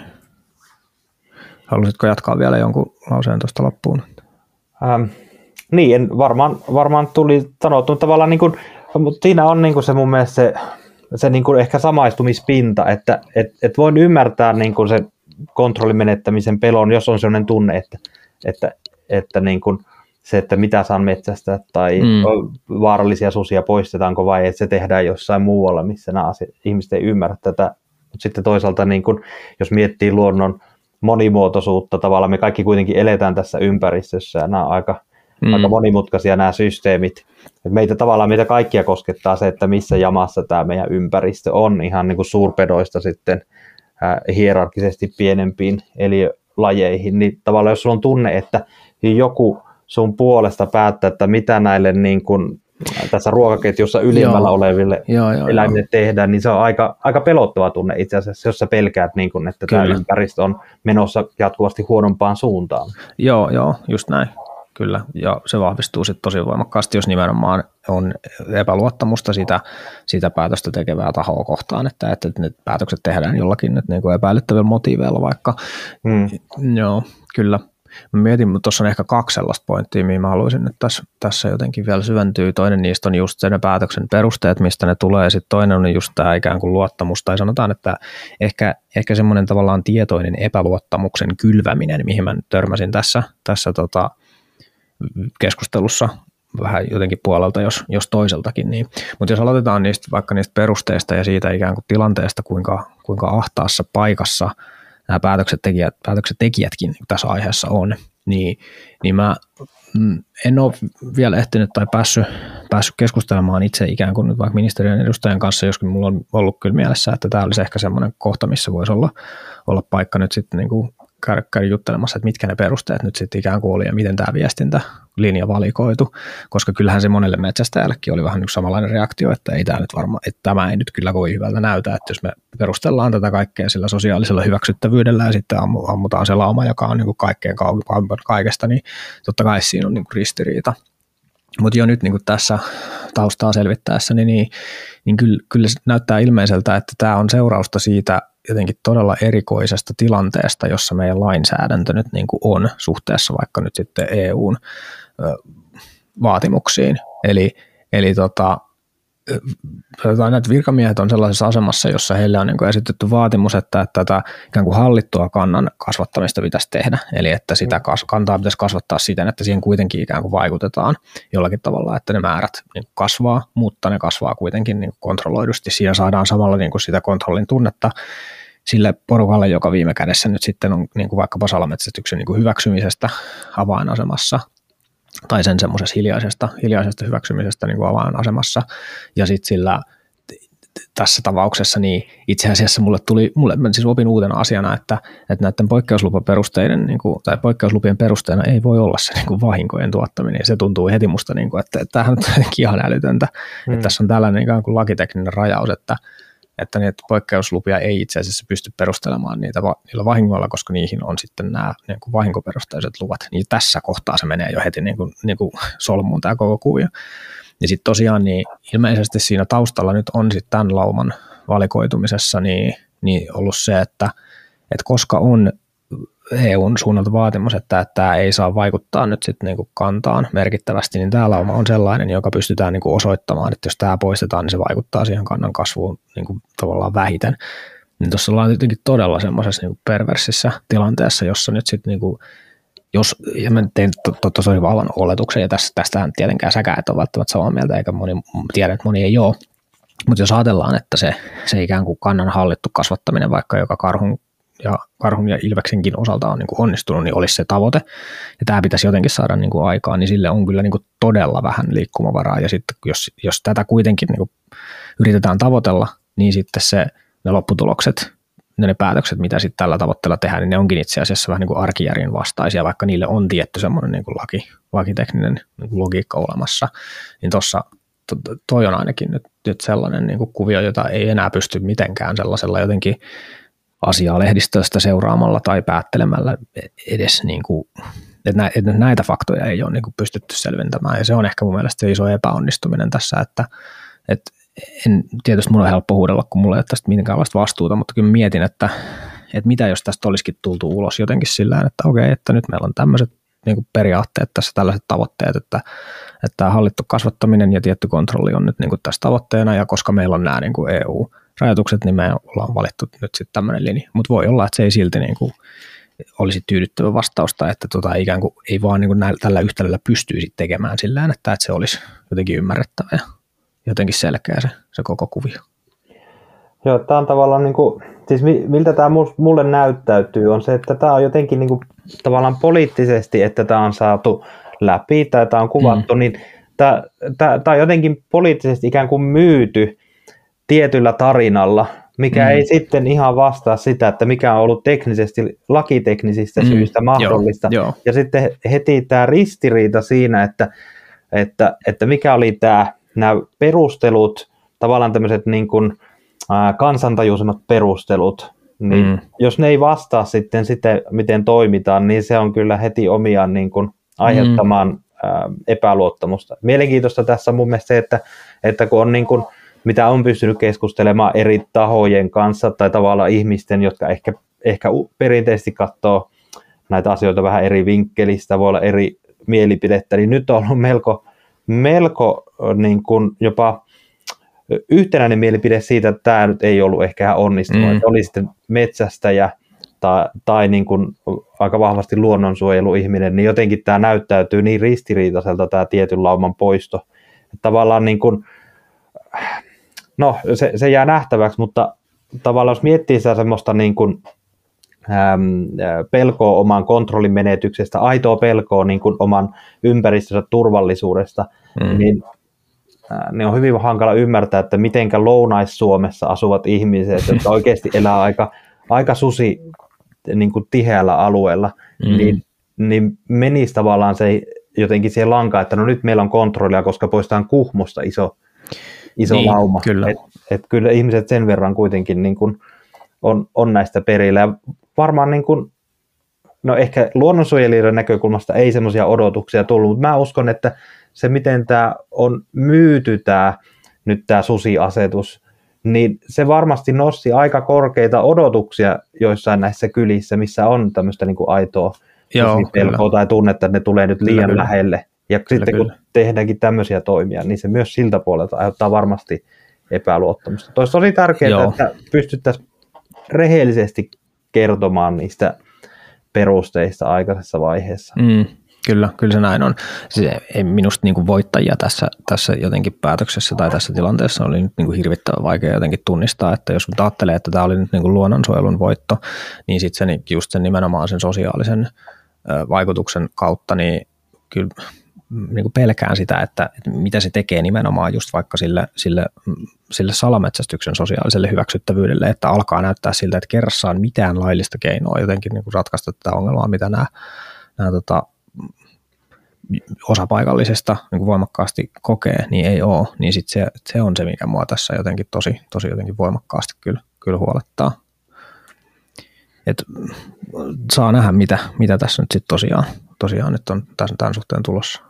A: Haluaisitko jatkaa vielä jonkun lauseen tuosta loppuun?
B: Ähm, niin, en, varmaan, varmaan tuli sanottu tavallaan, niin kuin, mutta siinä on niin kuin se mun mielestä se, se niin kuin ehkä samaistumispinta, että et, et voin ymmärtää niin kuin se kontrollin menettämisen pelon, jos on sellainen tunne, että, että, että niin kuin se, että mitä saan metsästä tai mm. vaarallisia susia poistetaanko vai että se tehdään jossain muualla, missä nämä asiat, ihmiset ei ymmärrä tätä. Mutta sitten toisaalta, niin kun, jos miettii luonnon monimuotoisuutta, tavallaan me kaikki kuitenkin eletään tässä ympäristössä ja nämä on aika, mm. aika monimutkaisia nämä systeemit. Et meitä tavallaan meitä kaikkia koskettaa se, että missä jamassa tämä meidän ympäristö on ihan niin kuin suurpedoista sitten äh, hierarkisesti pienempiin eliölajeihin. Niin tavallaan jos sulla on tunne, että joku sun puolesta päättää, että mitä näille niin kuin tässä ruokaketjussa ylimmällä joo. oleville joo, joo, eläimille joo. tehdään, niin se on aika, aika pelottava tunne itse asiassa, jos sä pelkäät, niin kuin, että Kyllä. tämä ympäristö on menossa jatkuvasti huonompaan suuntaan.
A: Joo, joo, just näin. Kyllä, ja se vahvistuu sitten tosi voimakkaasti, jos nimenomaan on epäluottamusta sitä, sitä päätöstä tekevää tahoa kohtaan, että, että ne päätökset tehdään jollakin nyt niin kuin epäilyttävillä motiiveilla vaikka. Hmm. Joo, kyllä. Mä mietin, mutta tuossa on ehkä kaksi sellaista pointtia, mihin mä haluaisin nyt tässä, tässä jotenkin vielä syventyä. Toinen niistä on just sen päätöksen perusteet, mistä ne tulee, ja sitten toinen on just tämä ikään kuin luottamus, tai sanotaan, että ehkä, ehkä semmoinen tavallaan tietoinen epäluottamuksen kylväminen, mihin mä nyt törmäsin tässä, tässä tota keskustelussa vähän jotenkin puolelta, jos, jos toiseltakin. Niin. Mutta jos aloitetaan niistä, vaikka niistä perusteista ja siitä ikään kuin tilanteesta, kuinka, kuinka ahtaassa paikassa nämä päätöksentekijät, päätöksentekijätkin tässä aiheessa on, niin, niin mä en ole vielä ehtinyt tai päässyt, päässyt keskustelemaan itse ikään kuin nyt vaikka ministeriön edustajan kanssa, joskin mulla on ollut kyllä mielessä, että tämä olisi ehkä semmoinen kohta, missä voisi olla, olla paikka nyt sitten niin kuin käydä, käydä juttelemassa, että mitkä ne perusteet nyt sitten ikään kuin oli ja miten tämä viestintälinja valikoitu, koska kyllähän se monelle metsästäjällekin oli vähän niin samanlainen reaktio, että ei tämä nyt varma, että tämä ei nyt kyllä kovin hyvältä näytä, että jos me perustellaan tätä kaikkea sillä sosiaalisella hyväksyttävyydellä ja sitten ammutaan se lauma, joka on niin kuin kaikkein kauempana kaikesta, niin totta kai siinä on niin kuin ristiriita. Mutta jo nyt niin kuin tässä taustaa selvittäessä, niin, niin, niin kyllä, kyllä näyttää ilmeiseltä, että tämä on seurausta siitä jotenkin todella erikoisesta tilanteesta, jossa meidän lainsäädäntö nyt niin kuin on suhteessa vaikka nyt sitten E U:n ö, vaatimuksiin. Eli, eli tota, näitä virkamiehet on sellaisessa asemassa, jossa heille on niin kuin esitetty vaatimus, että tätä ikään kuin hallittua kannan kasvattamista pitäisi tehdä. Eli että sitä kantaa pitäisi kasvattaa siten, että siihen kuitenkin ikään kuin vaikutetaan jollakin tavalla, että ne määrät niin kuin kasvaa, mutta ne kasvaa kuitenkin niin kuin kontrolloidusti. Siinä saadaan samalla niin kuin sitä kontrollin tunnetta sille porukalle, joka viime kädessä nyt sitten on niin kuin vaikkapa salametsästyksen niin kuin hyväksymisestä avainasemassa tai sen semmoisesta hiljaisesta, hiljaisesta hyväksymisestä niin kuin avainasemassa. Ja sitten sillä tässä tapauksessa niin itse asiassa mulle tuli, mulle mä siis opin uutena asiana, että, että näiden poikkeuslupaperusteiden niin kuin, tai poikkeuslupien perusteena ei voi olla se niin kuin vahinkojen tuottaminen. Ja se tuntuu heti musta, niin kuin, että, että tämähän on ihan älytöntä. Mm. Että tässä on tällainen ikään kuin lakitekninen rajaus, että että niitä poikkeuslupia ei itse asiassa pysty perustelemaan niitä va- niillä vahingoilla, koska niihin on sitten nämä niin kuin vahinkoperusteiset luvat. Niin tässä kohtaa se menee jo heti niin kuin, niin kuin solmuun tämä koko kuvio. Ja sitten tosiaan niin ilmeisesti siinä taustalla nyt on sitten tämän lauman valikoitumisessa niin, niin ollut se, että, että koska on E U:n suunnalta vaatimus, että tämä ei saa vaikuttaa nyt sitten niinku kantaan merkittävästi, niin tämä lauma on sellainen, joka pystytään niinku osoittamaan, että jos tämä poistetaan, niin se vaikuttaa siihen kannan kasvuun niinku tavallaan vähiten. Niin tuossa ollaan jotenkin todella semmoisessa niinku perversissä tilanteessa, jossa nyt sitten, niinku, jos, ja mä tein tuossa to, to, vallan oletuksen, ja tästä, tästähän tietenkään säkään et ole välttämättä samaa mieltä, eikä moni tiedä, että moni ei ole, mutta jos ajatellaan, että se, se ikään kuin kannan hallittu kasvattaminen, vaikka joka karhun ja karhun ja ilveksenkin osalta on niin kuin onnistunut, niin olisi se tavoite, ja tämä pitäisi jotenkin saada niin kuin aikaan, niin sille on kyllä niin kuin todella vähän liikkumavaraa, ja sitten jos, jos tätä kuitenkin niin kuin yritetään tavoitella, niin sitten se, ne lopputulokset, ne, ne päätökset, mitä sitten tällä tavoitteella tehdään, niin ne onkin itse asiassa vähän niin kuin arkijärjen vastaisia, vaikka niille on tietty semmoinen niin kuin laki, lakitekninen niin kuin logiikka olemassa, niin tuossa toi on ainakin nyt, nyt sellainen niin kuin kuvio, jota ei enää pysty mitenkään sellaisella jotenkin asiaa lehdistöstä seuraamalla tai päättelemällä edes, niin kuin, että näitä faktoja ei ole niin kuin pystytty selventämään. Ja se on ehkä mun mielestä se iso epäonnistuminen tässä, että, että en, tietysti mun on helppo huudella, kun mulla ei ole tästä minkäänlaista vastuuta, mutta kyllä mietin, että, että mitä jos tästä olisikin tultu ulos jotenkin sillä tavalla, että okei, että nyt meillä on tämmöiset niin kuin periaatteet tässä, tällaiset tavoitteet, että, että tämä hallittu kasvattaminen ja tietty kontrolli on nyt niin kuin tässä tavoitteena, ja koska meillä on nämä niin kuin E U-rajoitukset, niin me ollaan valittu nyt sitten tämmöinen linja. Mutta voi olla, että se ei silti niin kuin olisi tyydyttävä vastausta, että tota ikään kuin ei vaan niin kuin näillä, tällä yhtälöllä pystyisi tekemään sillä että, että se olisi jotenkin ymmärrettävä ja jotenkin selkeä se, se koko kuvio.
B: Joo, tämä on tavallaan, niin kuin, siis miltä tämä mulle näyttäytyy, on se, että tämä on jotenkin niin kuin, tavallaan poliittisesti, että tämä on saatu läpi tai tämä on kuvattu, mm. niin tämä, tämä, tämä on jotenkin poliittisesti ikään kuin myyty tietyllä tarinalla, mikä mm. ei sitten ihan vastaa sitä, että mikä on ollut teknisesti, lakiteknisistä mm. syistä mahdollista. Joo, jo. Ja sitten heti tämä ristiriita siinä, että, että, että mikä oli tämä, nämä perustelut, tavallaan tämmöiset niin kuin kansantajuisemmat perustelut, niin mm. jos ne ei vastaa sitten sitä, miten toimitaan, niin se on kyllä heti omiaan niin kuin aiheuttamaan mm. epäluottamusta. Mielenkiintoista tässä on mun mielestä se, että, että kun on niin kuin, mitä on pystynyt keskustelemaan eri tahojen kanssa tai tavallaan ihmisten, jotka ehkä, ehkä perinteisesti katsoo näitä asioita vähän eri vinkkelistä, voi olla eri mielipidettä, niin nyt on ollut melko, melko niin kuin jopa yhtenäinen mielipide siitä, että tämä nyt ei ollut ehkä ihan onnistunut, mm. että oli sitten metsästäjä tai, tai niin kuin aika vahvasti luonnonsuojeluihminen, niin jotenkin tämä näyttäytyy niin ristiriitaiselta tämä tietyn lauman poisto. Että tavallaan niin kuin, no se, se jää nähtäväksi, mutta tavallaan jos miettii sitä semmoista niin kuin, äm, pelkoa oman kontrollin menetyksestä, aitoa pelkoa niin kuin oman ympäristönsä turvallisuudesta, mm. niin niin on hyvin hankala ymmärtää, että mitenkä Lounais-Suomessa asuvat ihmiset, jotka oikeasti elää aika, aika susi niin kuin tiheällä alueella, mm. niin, niin menisi tavallaan se jotenkin siihen lankaan, että no nyt meillä on kontrollia, koska poistetaan Kuhmosta iso, iso niin, lauma.
A: Kyllä.
B: Et, et kyllä ihmiset sen verran kuitenkin niin kuin on, on näistä perillä. Ja varmaan niin kuin, no ehkä luonnonsuojelijoiden näkökulmasta ei semmoisia odotuksia tullut, mutta mä uskon, että se, miten tämä on myyty tämä, nyt tämä susiasetus, niin se varmasti nosti aika korkeita odotuksia joissain näissä kylissä, missä on tämmöistä niin kuin aitoa susipelkoa tai tunnetta, että ne tulee nyt liian kyllä, lähelle. Ja kyllä, sitten kyllä. kun tehdäänkin tämmöisiä toimia, niin se myös siltä puolelta aiheuttaa varmasti epäluottamusta. Toista oli tärkeää, Joo. että pystyttäisiin rehellisesti kertomaan niistä perusteista aikaisessa vaiheessa.
A: Mm. Kyllä, kyllä se näin on. Se ei minusta niin kuin voittajia tässä, tässä jotenkin päätöksessä tai tässä tilanteessa oli nyt niin kuin hirvittävän vaikea jotenkin tunnistaa, että jos ajattelee, että tämä oli nyt niin kuin luonnonsuojelun voitto, niin sitten se just sen nimenomaan sen sosiaalisen vaikutuksen kautta, niin kyllä niin kuin pelkään sitä, että, että mitä se tekee nimenomaan just vaikka sille, sille, sille salametsästyksen sosiaaliselle hyväksyttävyydelle, että alkaa näyttää siltä, että kerrassaan mitään laillista keinoa jotenkin niin kuin ratkaista tätä ongelmaa, mitä nämä, nämä tota, osa paikallisesta niin kuin voimakkaasti kokee, niin ei ole, niin sit se, se on se, mikä mua tässä jotenkin tosi, tosi jotenkin voimakkaasti kyllä, kyllä huolettaa. Et saa nähdä, mitä, mitä tässä nyt sitten tosiaan, tosiaan nyt on tässä tämän suhteen tulossa.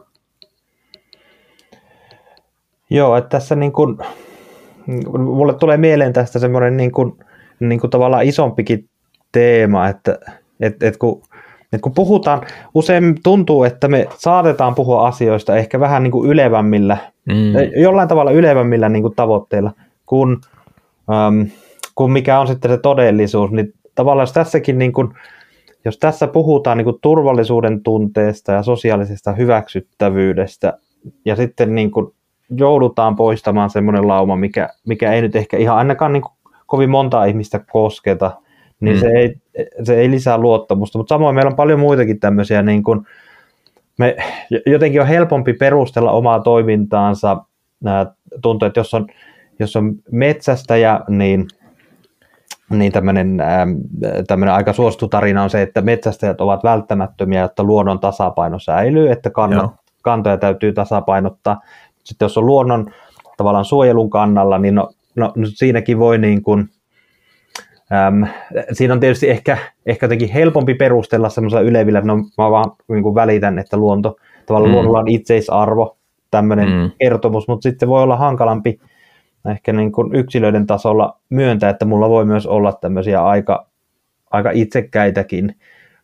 B: Joo, että tässä niin kuin, mulle tulee mieleen tästä semmoinen niin kuin, niin kuin tavallaan isompikin teema, että et, et kun Et kun puhutaan, usein tuntuu, että me saatetaan puhua asioista ehkä vähän niin kuin ylevämmillä, mm. jollain tavalla ylevämmillä niin kuin tavoitteilla, kun, ähm, kun mikä on sitten se todellisuus. Niin tavallaan jos tässäkin, niin kuin, jos tässä puhutaan niin kuin turvallisuuden tunteesta ja sosiaalisesta hyväksyttävyydestä, ja sitten niin kuin joudutaan poistamaan semmoinen lauma, mikä, mikä ei nyt ehkä ihan ainakaan niin kuin kovin monta ihmistä kosketa, niin mm. se, ei, se ei lisää luottamusta, mutta samoin meillä on paljon muitakin tämmöisiä, niin kuin me jotenkin on helpompi perustella omaa toimintaansa, tuntuu, että jos on, jos on metsästäjä, niin, niin tämmöinen, tämmöinen aika suosittu tarina on se, että metsästäjät ovat välttämättömiä, jotta luonnon tasapaino säilyy, että kannat, kantoja täytyy tasapainottaa. Sitten jos on luonnon tavallaan suojelun kannalla, niin no, no, siinäkin voi niin kuin äm, siinä on tietysti ehkä, ehkä jotenkin helpompi perustella semmoisella ylevillä, että no, mä vaan niin kuin välitän, että luonto, tavallaan mm. luonnolla on itseisarvo, tämmöinen mm. kertomus, mutta sitten voi olla hankalampi ehkä niin kuin yksilöiden tasolla myöntää, että mulla voi myös olla tämmöisiä aika, aika itsekkäitäkin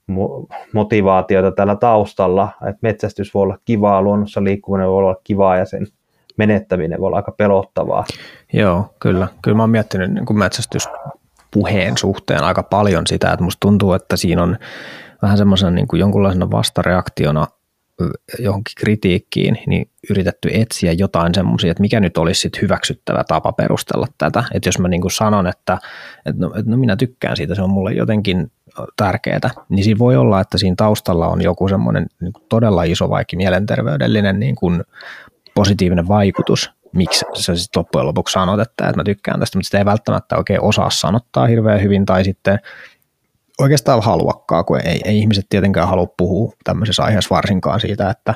B: motivaatioita tällä taustalla, että metsästys voi olla kivaa, luonnossa liikkuminen voi olla kivaa ja sen menettäminen voi olla aika pelottavaa.
A: Joo, kyllä. Kyllä mä oon miettinyt niin kuin metsästyspuheen suhteen aika paljon sitä, että musta tuntuu, että siinä on vähän semmoisen niin kuin jonkunlaisena vastareaktiona johonkin kritiikkiin, niin yritetty etsiä jotain semmoisia, että mikä nyt olisi sit hyväksyttävä tapa perustella tätä. Että jos mä niin kuin sanon, että, että, no, että no minä tykkään siitä, se on mulle jotenkin tärkeää, niin siinä voi olla, että siinä taustalla on joku semmoinen niin kuin todella iso vaikka mielenterveydellinen niin kuin positiivinen vaikutus, miksi sä sitten loppujen lopuksi sanot, että, että mä tykkään tästä, mutta sitä ei välttämättä oikein osaa sanottaa hirveän hyvin, tai sitten oikeastaan haluakaan, kun ei, ei ihmiset tietenkään halua puhua tämmöisessä aiheessa varsinkaan siitä, että,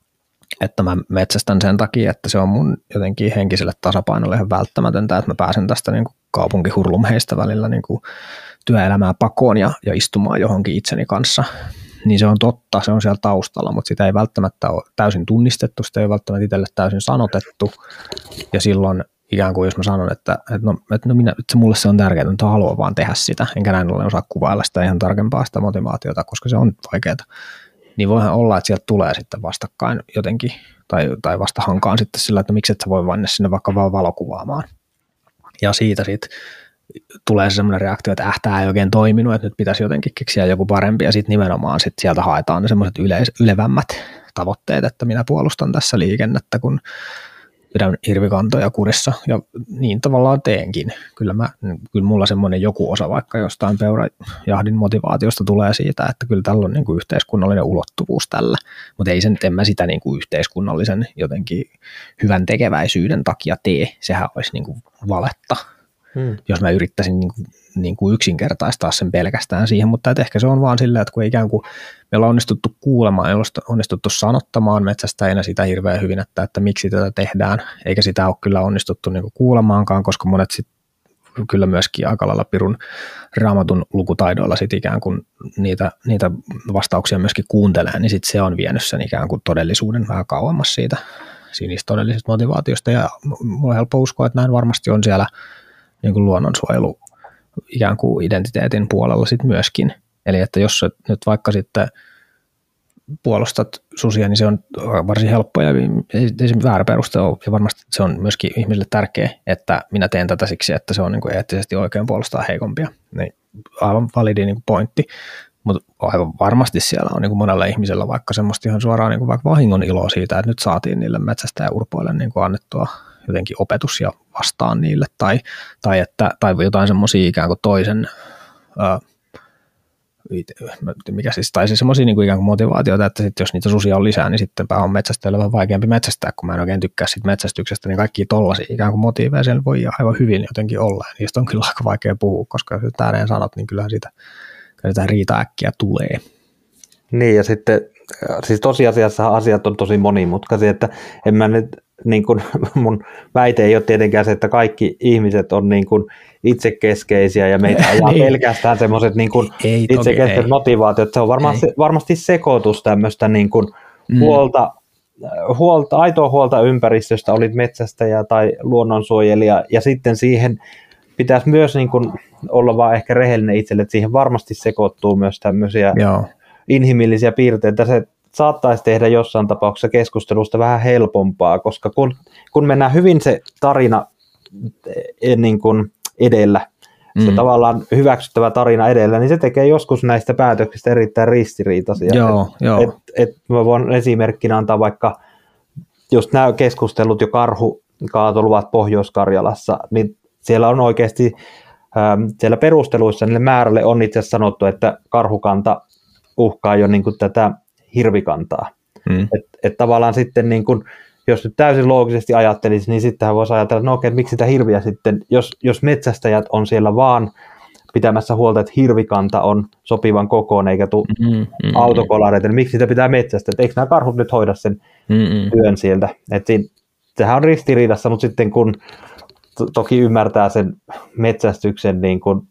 A: että mä metsästän sen takia, että se on mun jotenkin henkiselle tasapainolle ihan välttämätöntä, että mä pääsen tästä niin kuin kaupunkihurlumheistä välillä niin kuin työelämää pakoon ja, ja istumaan johonkin itseni kanssa. Niin se on totta, se on siellä taustalla, mutta sitä ei välttämättä ole täysin tunnistettu, sitä ei välttämättä itselle täysin sanotettu. Ja silloin ikään kuin jos mä sanon, että, että, no, että no minä, että mulle se on tärkeää, että haluan vaan tehdä sitä, enkä näin ollen osaa kuvailla sitä ihan tarkempaa sitä motivaatiota, koska se on vaikeaa. Niin voihan olla, että sieltä tulee sitten vastakkain jotenkin, tai, tai vastahankaan sitten sillä, että miksi et sä voi mennä sinne vaikka vaan valokuvaamaan. Ja siitä sitten tulee semmoinen reaktio, että äh, tämä ei oikein toiminut, että nyt pitäisi jotenkin keksiä joku parempi, ja sitten nimenomaan sit sieltä haetaan ne semmoiset yleis- ylevämmät tavoitteet, että minä puolustan tässä liikennettä, kun pidän hirvikantoja kurissa, ja niin tavallaan teenkin. Kyllä, mä, kyllä mulla semmoinen joku osa vaikka jostain peurajahdin motivaatiosta tulee siitä, että kyllä tällä on niin kuin yhteiskunnallinen ulottuvuus tällä, mutta ei sen, en mä sitä niin kuin yhteiskunnallisen jotenkin hyvän tekeväisyyden takia tee, sehän olisi niin kuin valetta. Hmm. Jos mä yrittäisin niin kuin, niin kuin yksinkertaistaa sen pelkästään siihen, mutta ehkä se on vaan silleen, että kun ikään kuin me ollaan onnistuttu kuulemaan, ei olla onnistuttu sanottamaan metsästäjänä sitä hirveän hyvin, että, että miksi tätä tehdään, eikä sitä ole kyllä onnistuttu niin kuin kuulemaankaan, koska monet sit kyllä myöskin aika lailla pirun raamatun lukutaidoilla sit ikään kuin niitä, niitä vastauksia myöskin kuuntelee, niin sit se on vienyt sen ikään kuin todellisuuden vähän kauemmas siitä, siitä todellisesta motivaatiosta, ja mulla on helppo uskoa, että näin varmasti on siellä niin kuin luonnonsuojelu ikään kuin identiteetin puolella sitten myöskin. Eli että jos nyt vaikka sitten puolustat susia, niin se on varsin helppo ja ei se väärä peruste ole. Ja varmasti se on myöskin ihmisille tärkeä, että minä teen tätä siksi, että se on niin kuin eettisesti oikein puolustaa heikompia. Niin aivan validi niin kuin pointti, mutta aivan varmasti siellä on niin kuin monella ihmisellä vaikka semmoista ihan suoraan niin kuin vaikka vahingon iloa siitä, että nyt saatiin niille metsästäjäurpoille niin kuin annettua jotenkin opetus ja vastaan niille, tai, tai, että, tai jotain semmoisia ikään kuin toisen, ää, mikä siis, tai siis semmoisia niin kuin ikään kuin motivaatioita, että sit jos niitä susia on lisää, niin sittenpä on metsästäjällä vähän vaikeampi metsästää, kun mä en oikein tykkää siitä metsästyksestä, niin kaikkia tollaisia ikään kuin motiiveja siellä voi aivan hyvin jotenkin olla, ja niistä on kyllä aika vaikea puhua, koska jos ääneen sanot, niin kyllähän sitä, kyllä sitä riita-äkkiä tulee.
B: Niin, ja sitten siis tosiasiassa asiat on tosi monimutkaisia, että en mä nyt niin kuin mun väite ei ole tietenkään se, että kaikki ihmiset on niin kuin itsekeskeisiä ja meitä ajaa niin. pelkästään semmoiset niin kuin itsekeskeiset motivaatiot. Se on varmasti, varmasti sekoitus tämmöistä niin kuin mm. huolta, huolta, aitoa huolta ympäristöstä, olit metsästäjä tai luonnonsuojelija, ja sitten siihen pitäisi myös niin kuin olla vaan ehkä rehellinen itselle, että siihen varmasti sekoittuu myös tämmöisiä Joo. inhimillisiä piirteitä. Se saattaisi tehdä jossain tapauksessa keskustelusta vähän helpompaa, koska kun, kun mennään hyvin se tarina niin kuin edellä, se mm. tavallaan hyväksyttävä tarina edellä, niin se tekee joskus näistä päätöksistä erittäin ristiriitaisia.
A: Joo, et, joo.
B: Et, et mä voin esimerkkinä antaa vaikka just nämä keskustelut jo karhukaatoluvat Pohjois-Karjalassa, niin siellä on oikeasti ähm, siellä perusteluissa niille määrälle on itse asiassa sanottu, että karhukanta uhkaa jo niin kuin tätä hirvikantaa. Mm. Että et tavallaan sitten, niin kun, jos nyt täysin loogisesti ajattelisi, niin sittenhän voisi ajatella, että no okei, miksi sitä hirviä sitten, jos, jos metsästäjät on siellä vaan pitämässä huolta, että hirvikanta on sopivan kokoon eikä tule mm, mm, autokolareita, niin miksi sitä pitää metsästä? Eikö nämä karhut nyt hoida sen mm, työn sieltä? Et siinä, sehän on ristiriidassa, mutta sitten kun to, toki ymmärtää sen metsästyksen niin kun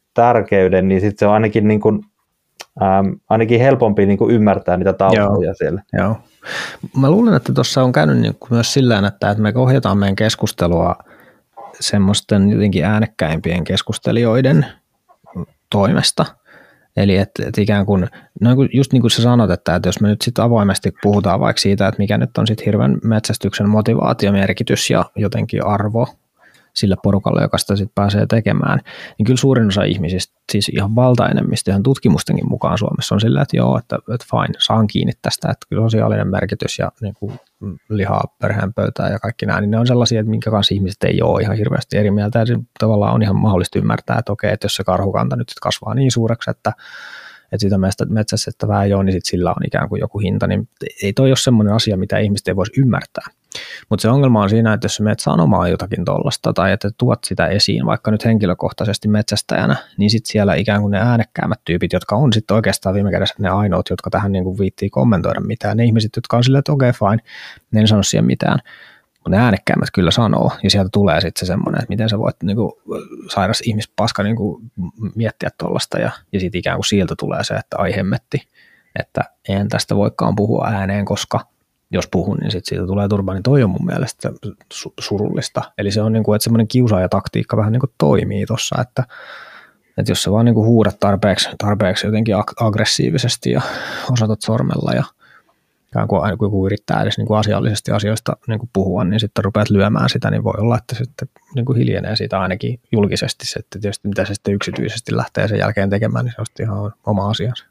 B: tärkeyden, niin sitten se on ainakin, niin kuin, ähm, ainakin helpompi niin kuin ymmärtää niitä taustoja
A: Joo.
B: siellä.
A: Joo. Mä luulen, että tuossa on käynyt niin kuin myös sillä että, että me ohjataan meidän keskustelua semmoisten jotenkin äänekkäimpien keskustelijoiden toimesta. Eli että et ikään kuin, no just niin kuin sä sanot, että, että jos me nyt sitten avoimesti puhutaan vaikka siitä, että mikä nyt on sitten hirveän metsästyksen motivaatiomerkitys ja jotenkin arvo sille porukalle, joka sitä sitten pääsee tekemään, niin kyllä suurin osa ihmisistä, siis ihan valtaenemmistö, ihan tutkimustenkin mukaan Suomessa on sillä, että joo, että, että fine, saan kiinni tästä, että kyllä sosiaalinen merkitys ja niin kuin lihaa perheen pöytään ja kaikki nämä, niin ne on sellaisia, että minkä kanssa ihmiset ei ole ihan hirveästi eri mieltä, ja se tavallaan on ihan mahdollista ymmärtää, että okei, että jos se karhukanta nyt kasvaa niin suureksi, että että sitä metsästettävää ei ole, niin sit sillä on ikään kuin joku hinta, niin ei toi ole semmoinen asia, mitä ihmiset ei voisi ymmärtää. Mutta se ongelma on siinä, että jos sä menet sanomaan jotakin tollasta tai että tuot sitä esiin, vaikka nyt henkilökohtaisesti metsästäjänä, niin sitten siellä ikään kuin ne äänekkäämmät tyypit, jotka on sitten oikeastaan viime kädessä ne ainoat, jotka tähän niin kuin viittii kommentoida mitään, ne ihmiset, jotka on silleen, että okei, okay, fine, ne ei sano siihen mitään. Mutta ne äänekkäämmät kyllä sanoo, ja sieltä tulee sitten se semmoinen, että miten sä voit niinku, sairas ihmispaska niinku, miettiä tuollaista, ja, ja sitten ikään kuin sieltä tulee se, että ai hemmetti, että en tästä voikaan puhua ääneen, koska jos puhun, niin sitten siitä tulee turba, niin toi on mun mielestä surullista. Eli se on niinku, että semmoinen kiusaajataktiikka vähän niinku toimii tuossa, että, että jos sä vaan niinku huudat tarpeeksi, tarpeeksi jotenkin aggressiivisesti ja osoitat sormella ja kun joku yrittää edes niin kuin asiallisesti asioista niin kuin puhua, niin sitten rupeat lyömään sitä, niin voi olla, että sitten niin kuin hiljenee siitä ainakin julkisesti. Se, että tietysti mitä se sitten yksityisesti lähtee sen jälkeen tekemään, niin se on ihan oma asiansa.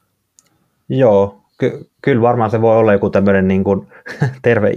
B: Joo, ky- kyllä varmaan se voi olla joku tämmöinen niin kuin terve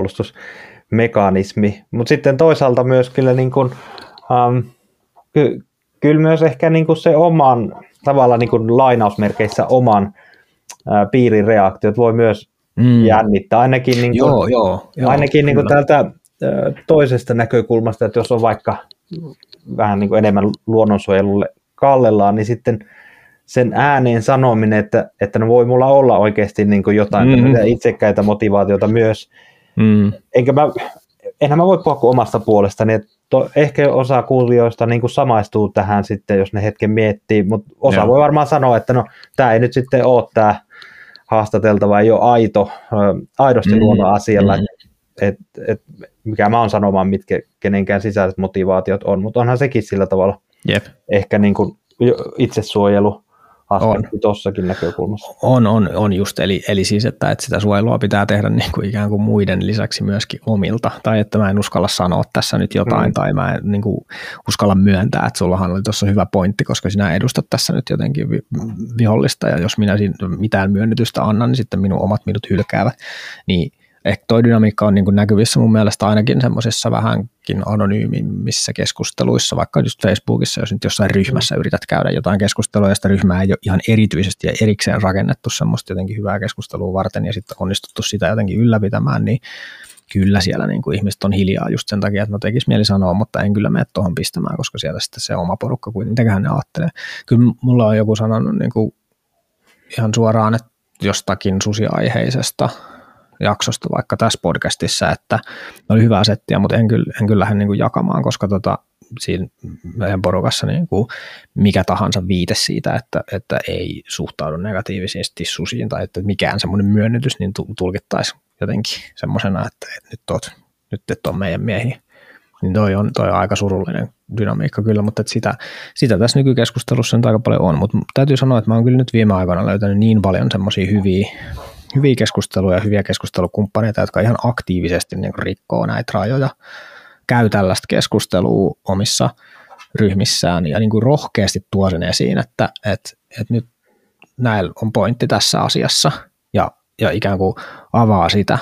B: itsepuolustusmekanismi, mutta sitten toisaalta myös kyllä, niin kuin, ähm, ky- kyllä myös ehkä niin kuin se oman, tavallaan niin kuin lainausmerkeissä oman äh, piirin reaktiot voi myös Mm. jännittää, ainakin, niin kuin,
A: joo, joo, joo,
B: ainakin niin kuin tältä toisesta näkökulmasta, että jos on vaikka vähän niin kuin enemmän luonnonsuojelulle kallellaan, niin sitten sen ääneen sanominen, että, että no voi mulla olla oikeasti niin kuin jotain mm. itsekkäitä motivaatiota myös. Mm. Enkä mä, enhän mä voi puhua kuin omasta puolestani, että to, ehkä osa kuulijoista niin kuin samaistuu tähän sitten, jos ne hetken miettii, mutta osa joo. voi varmaan sanoa, että no tämä ei nyt sitten ole tämä haastateltava ei ole aito, aidosti mm, luonnon asialla, mm. että et, mikä mä oon sanomaan, mitkä kenenkään sisäiset motivaatiot on, mutta onhan sekin sillä tavalla
A: Jep.
B: ehkä niin kuin itsesuojelu aspekti tuossakin näkökulmassa.
A: On, on, on just, eli, eli siis, että, että sitä suojelua pitää tehdä niin kuin ikään kuin muiden lisäksi myöskin omilta, tai että mä en uskalla sanoa tässä nyt jotain, mm. tai mä en niin kuin uskalla myöntää, että sullahan oli tuossa hyvä pointti, koska sinä edustat tässä nyt jotenkin vihollista, ja jos minä mitään myönnytystä annan, niin sitten minun omat minut hylkäävät, niin ehkä toi dynamiikka on niin kuin näkyvissä mun mielestä ainakin semmoisissa vähänkin anonyymimmissä keskusteluissa, vaikka just Facebookissa, jos nyt jossain ryhmässä yrität käydä jotain keskustelua, ja sitä ryhmää ei ole ihan erityisesti ja erikseen rakennettu semmoista jotenkin hyvää keskustelua varten, ja sitten onnistuttu sitä jotenkin ylläpitämään, niin kyllä siellä niin kuin ihmiset on hiljaa just sen takia, että no tekisi mieli sanoa, mutta en kyllä mene tuohon pistämään, koska siellä sitten se oma porukka, mitäköhän ne ajattelee. Kyllä mulla on joku sanonut niin kuin ihan suoraan, että jostakin susiaiheisesta jaksosta vaikka tässä podcastissa, että oli hyvää settiä, mutta en kyllä, en kyllä lähde niin kuin jakamaan, koska tota, siinä meidän porukassa niin kuin mikä tahansa viite siitä, että, että ei suhtaudu negatiivisesti susiin tai että mikään semmoinen myönnytys, niin tulkittaisiin jotenkin semmoisena, että nyt, oot, nyt et ole meidän miehiä. Niin toi on, toi on aika surullinen dynamiikka kyllä, mutta sitä, sitä tässä nykykeskustelussa nyt aika paljon on, mutta täytyy sanoa, että mä oon kyllä nyt viime aikoina löytänyt niin paljon semmoisia hyviä hyviä keskusteluja ja hyviä keskustelukumppaneita, jotka ihan aktiivisesti niin rikkoo näitä rajoja, käy tällaista keskustelua omissa ryhmissään ja niin kuin rohkeasti tuo sen esiin, että, että, että nyt näillä on pointti tässä asiassa ja, ja ikään kuin avaa sitä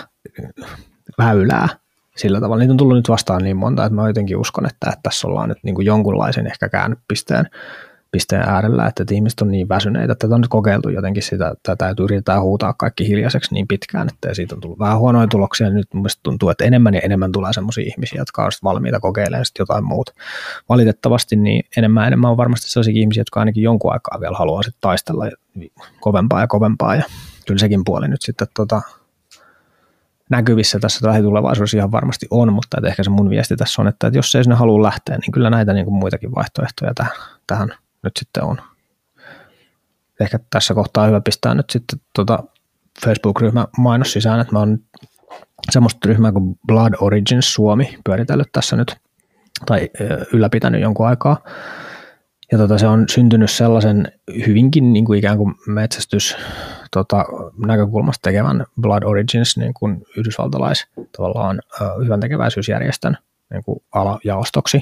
A: väylää sillä tavalla. Niitä on tullut nyt vastaan niin monta, että mä jotenkin uskon, että, että tässä ollaan nyt niin kuin jonkunlaisen ehkä käännepisteen pisteen äärellä, että, että ihmiset on niin väsyneitä. Tätä on nyt kokeiltu jotenkin sitä, että täytyy yrittää huutaa kaikki hiljaiseksi niin pitkään, että siitä on tullut vähän huonoja tuloksia. Nyt mun mielestä tuntuu, että enemmän ja enemmän tulee sellaisia ihmisiä, jotka on valmiita kokeilemaan jotain muuta. Valitettavasti niin enemmän ja enemmän on varmasti sellaisia ihmisiä, jotka ainakin jonkun aikaa vielä haluaa sitten taistella kovempaa ja kovempaa. Ja kyllä sekin puoli nyt sitten tota, näkyvissä tässä lähitulevaisuudessa ihan varmasti on, mutta että ehkä se mun viesti tässä on, että jos ei sinne halua lähteä, niin kyllä näitä niin kuin muitakin vaihtoehtoja tähän, tähän nyt sitten on. Ehkä tässä kohtaa on hyvä pistää nyt sitten tuota Facebook-ryhmä mainos sisään, että mä oon semmoista ryhmää kuin Blood Origins Suomi pyöritellyt tässä nyt, tai ylläpitänyt jonkun aikaa. Ja tota, se on syntynyt sellaisen hyvinkin niin kuin ikään kuin metsästys tota, näkökulmasta tekevän Blood Origins niin kuin yhdysvaltalais tavallaan hyvän tekeväisyysjärjestön niin kuin alajaostoksi.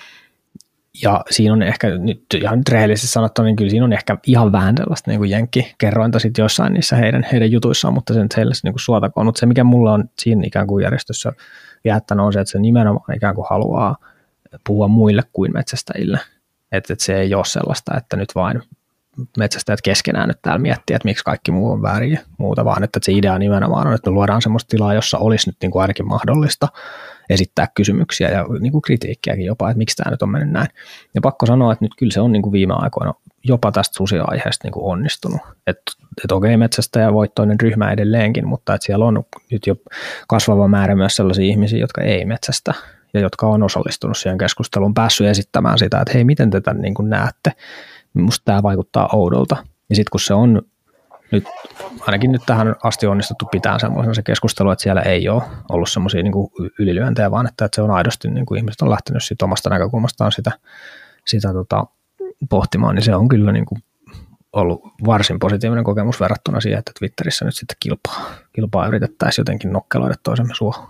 A: Ja siinä on ehkä, nyt ihan rehellisesti sanottuna, niin kyllä siinä on ehkä ihan vähän sellaista niin kuin jenkkikerrointa sitten jossain niissä heidän, heidän jutuissaan, mutta sen sellaista niin kuin suotakoon. Mutta se, mikä mulla on siinä ikään kuin järjestössä jättänyt, on se, että se nimenomaan ikään kuin haluaa puhua muille kuin metsästäjille. Että et se ei ole sellaista, että nyt vain metsästäjät keskenään nyt täällä miettii, että miksi kaikki muu on väärin ja muuta, vaan että se idea nimenomaan on, että me luodaan semmoista tilaa, jossa olisi nyt niin kuin ainakin mahdollista esittää kysymyksiä ja niin kuin kritiikkiäkin jopa, että miksi tämä nyt on mennyt näin. Ja pakko sanoa, että nyt kyllä se on niin kuin viime aikoina jopa tästä susia-aiheesta niin kuin onnistunut. Että et okei, metsästäjä voittoinen ryhmä edelleenkin, mutta että siellä on nyt jo kasvava määrä myös sellaisia ihmisiä, jotka ei metsästä ja jotka on osallistunut siihen keskusteluun, päässyt esittämään sitä, että hei, miten te tämän niin kuin näette? Musta tämä vaikuttaa oudolta. Ja sitten kun se on nyt, ainakin nyt tähän asti onnistuttu pitää semmoisen se keskustelu, että siellä ei ole ollut semmoisia niin kuin ylilyöntejä, vaan että, että se on aidosti, niin kuin ihmiset on lähtenyt siitä omasta näkökulmastaan sitä, sitä tota, pohtimaan, niin se on kyllä niin kuin ollut varsin positiivinen kokemus verrattuna siihen, että Twitterissä nyt sitten kilpaa, kilpaa yritettäisiin jotenkin nokkeloida toisemme suohon.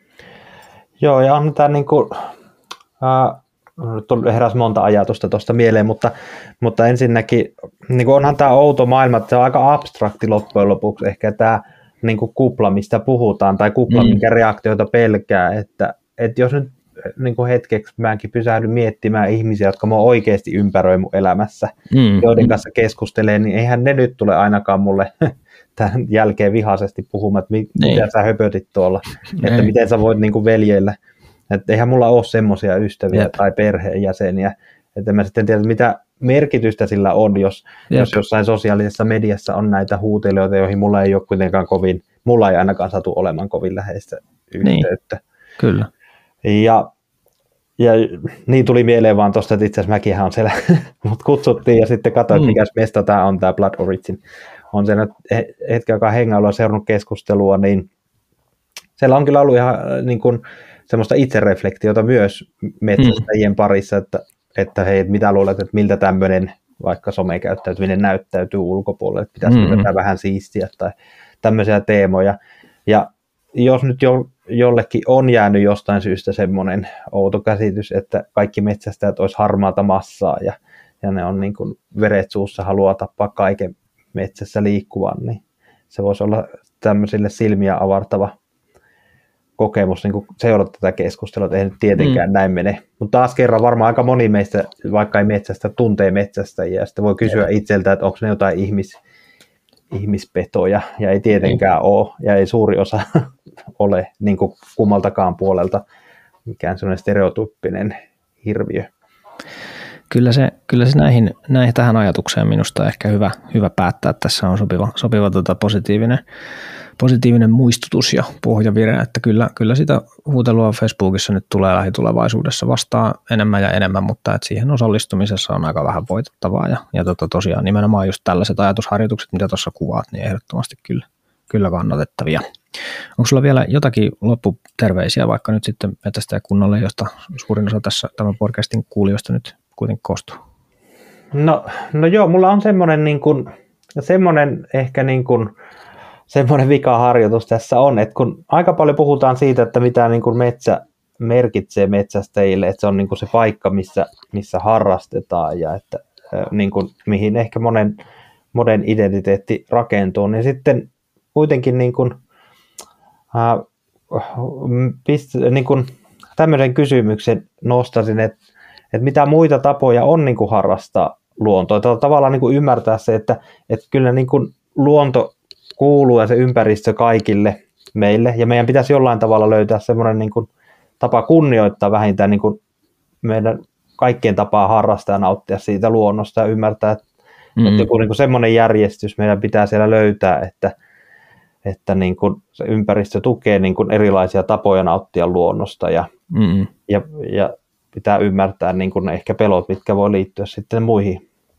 B: Joo, ja on tämä niin kuin, äh, nyt heräsi monta ajatusta tuosta mieleen, mutta, mutta ensinnäkin niin kuin onhan tämä outo maailma, että se on aika abstrakti loppujen lopuksi ehkä tämä niin kuin kupla, mistä puhutaan, tai kupla, mm. minkä reaktioita pelkää, että, että jos nyt niin kuin hetkeksi mäkin pysähdyn miettimään ihmisiä, jotka mua oikeasti ympäröi mun elämässä, mm. joiden kanssa keskustelee, niin eihän ne nyt tule ainakaan mulle tämän jälkeen vihaisesti puhumaan, että mit, mitä sä höpötit tuolla, Ei. että miten sä voit niin kuin veljeillä. Että eihän mulla ole semmoisia ystäviä Jep. tai perheenjäseniä, että mä sitten tiedän, mitä merkitystä sillä on, jos, jos jossain sosiaalisessa mediassa on näitä huutelijoita, joihin mulla ei ole kuitenkaan kovin, mulla ei ainakaan satu olemaan kovin läheistä yhteyttä. Niin,
A: kyllä.
B: Ja, ja niin tuli mieleen vaan tuosta, että itse asiassa mäkinhän on siellä, mut kutsuttiin ja sitten katsoin, mm. mikä mesta tämä on, tämä Blood Origin. On siellä hetken aikaa hengailua seurannut keskustelua, niin siellä on kyllä ollut ihan niin kuin semmoista itsereflektiota myös metsästäjien mm. parissa, että, että hei, mitä luulet, että miltä tämmöinen vaikka somekäyttäytyminen näyttäytyy ulkopuolelle, että pitäisikö mm. tätä vähän siistiä tai tämmöisiä teemoja. Ja jos nyt jo, jollekin on jäänyt jostain syystä semmoinen outo käsitys, että kaikki metsästäjät olisi harmaata massaa ja, ja ne on niin kuin veret suussa, haluaa tappaa kaiken metsässä liikkuvan, niin se voisi olla tämmöisille silmiä avartava kokemus niin seurata tätä keskustelua, että ei nyt tietenkään mm. näin mene. Mutta taas kerran varmaan aika moni meistä, vaikka ei metsästä, tuntee metsästäjiä, ja sitten voi kysyä Jep. itseltä, että onko ne jotain ihmis, ihmispetoja, ja ei tietenkään mm. ole, ja ei suuri osa ole niin kuin kummaltakaan puolelta mikään sellainen stereotyyppinen hirviö.
A: Kyllä se, kyllä se näihin, näihin tähän ajatukseen minusta ehkä hyvä, hyvä päättää. Tässä on sopiva, sopiva tota positiivinen, positiivinen muistutus ja pohjavire, että kyllä, kyllä sitä huutelua Facebookissa nyt tulee lähitulevaisuudessa vastaan enemmän ja enemmän, mutta että siihen osallistumisessa on aika vähän voitettavaa ja, ja tota tosiaan nimenomaan just tällaiset ajatusharjoitukset, mitä tuossa kuvaat, niin ehdottomasti kyllä, kyllä kannatettavia. Onko sulla vielä jotakin lopputerveisiä vaikka nyt sitten metsästäjäkunnalle, josta suurin osa tässä tämän podcastin kuulijoista nyt kuitenkin koostuu?
B: No, no joo, mulla on semmoinen, niin kuin, semmoinen ehkä niin kuin, semmoinen vikaharjoitus tässä on, että kun aika paljon puhutaan siitä, että mitä niin kuin metsä merkitsee metsästäjille, että se on niin kuin se paikka, missä, missä harrastetaan ja että, niin kuin, mihin ehkä monen, monen identiteetti rakentuu, niin sitten kuitenkin niin kuin, äh, pist, niin kuin tämmöisen kysymyksen nostaisin, että että mitä muita tapoja on niin kuin harrastaa luontoa. Tavallaan niin kuin ymmärtää se, että, että kyllä niin kuin luonto kuuluu ja se ympäristö kaikille meille. Ja meidän pitäisi jollain tavalla löytää semmoinen niin kuin tapa kunnioittaa vähintään niin kuin meidän kaikkien tapaa harrastaa ja nauttia siitä luonnosta ja ymmärtää, että, mm-hmm. että joku niin kuin semmoinen järjestys meidän pitää siellä löytää, että, että niin kuin se ympäristö tukee niin kuin erilaisia tapoja nauttia luonnosta ja, mm-hmm. ja, ja pitää ymmärtää niin kuin ne ehkä pelot, mitkä voi liittyä sitten muihin,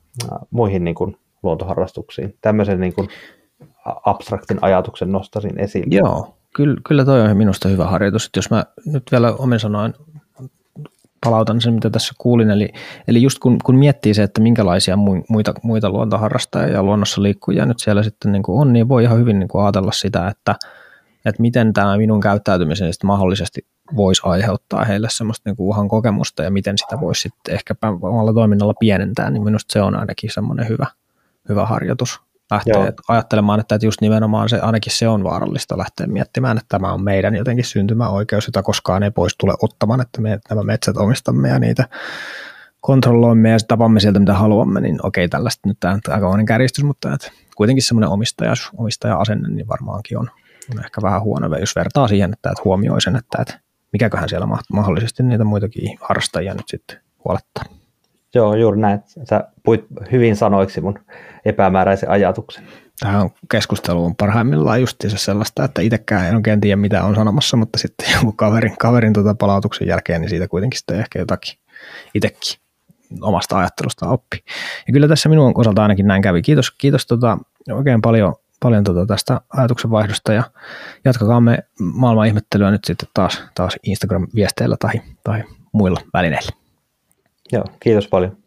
B: muihin niin kuin luontoharrastuksiin. Tämmöisen niin kuin abstraktin ajatuksen nostaisin esiin.
A: Joo, kyllä, kyllä toi on minusta hyvä harjoitus. Että jos mä nyt vielä omin sanoin palautan sen, mitä tässä kuulin, eli, eli just kun, kun miettii se, että minkälaisia muita, muita luontoharrastajia ja luonnossa liikkujia nyt siellä sitten niin kuin on, niin voi ihan hyvin niin kuin ajatella sitä, että, että miten tämä minun käyttäytymisen sitten mahdollisesti voisi aiheuttaa heille semmoista niin kuin uhan kokemusta ja miten sitä voisi sitten ehkä omalla toiminnalla pienentää, niin minusta se on ainakin semmoinen hyvä, hyvä harjoitus. Lähteä ajattelemaan, että just nimenomaan se, ainakin se on vaarallista lähteä miettimään, että tämä on meidän jotenkin syntymäoikeus, jota koskaan ei pois tule ottamaan, että me nämä metsät omistamme ja niitä kontrolloimme ja tapamme sieltä mitä haluamme, niin okei, tällaista nyt tämä on aikamoinen kärjistys, mutta että kuitenkin semmoinen omistaja, omistaja-asenne niin varmaankin on, on ehkä vähän huono, jos vertaa siihen, että, että huomioi sen, että, että mikäköhän siellä mahdollisesti niitä muitakin harrastajia nyt sitten huolettaa.
B: Joo, juuri näin. Sä puit hyvin sanoiksi mun epämääräisen ajatuksen.
A: Tähän keskusteluun on parhaimmillaan justiinsa sellaista, että itsekään en oikein tiedä mitä on sanomassa, mutta sitten joku kaverin, kaverin tuota palautuksen jälkeen, niin siitä kuitenkin sitten ehkä jotakin itsekin omasta ajattelusta oppi. Ja kyllä tässä minun osalta ainakin näin kävi. Kiitos, kiitos tota, oikein paljon, paljon tota tästä ajatuksen vaihdosta ja jatkakaamme maailman ihmettelyä nyt sitten taas, taas Instagram-viesteillä tai, tai muilla välineillä.
B: Joo, kiitos paljon.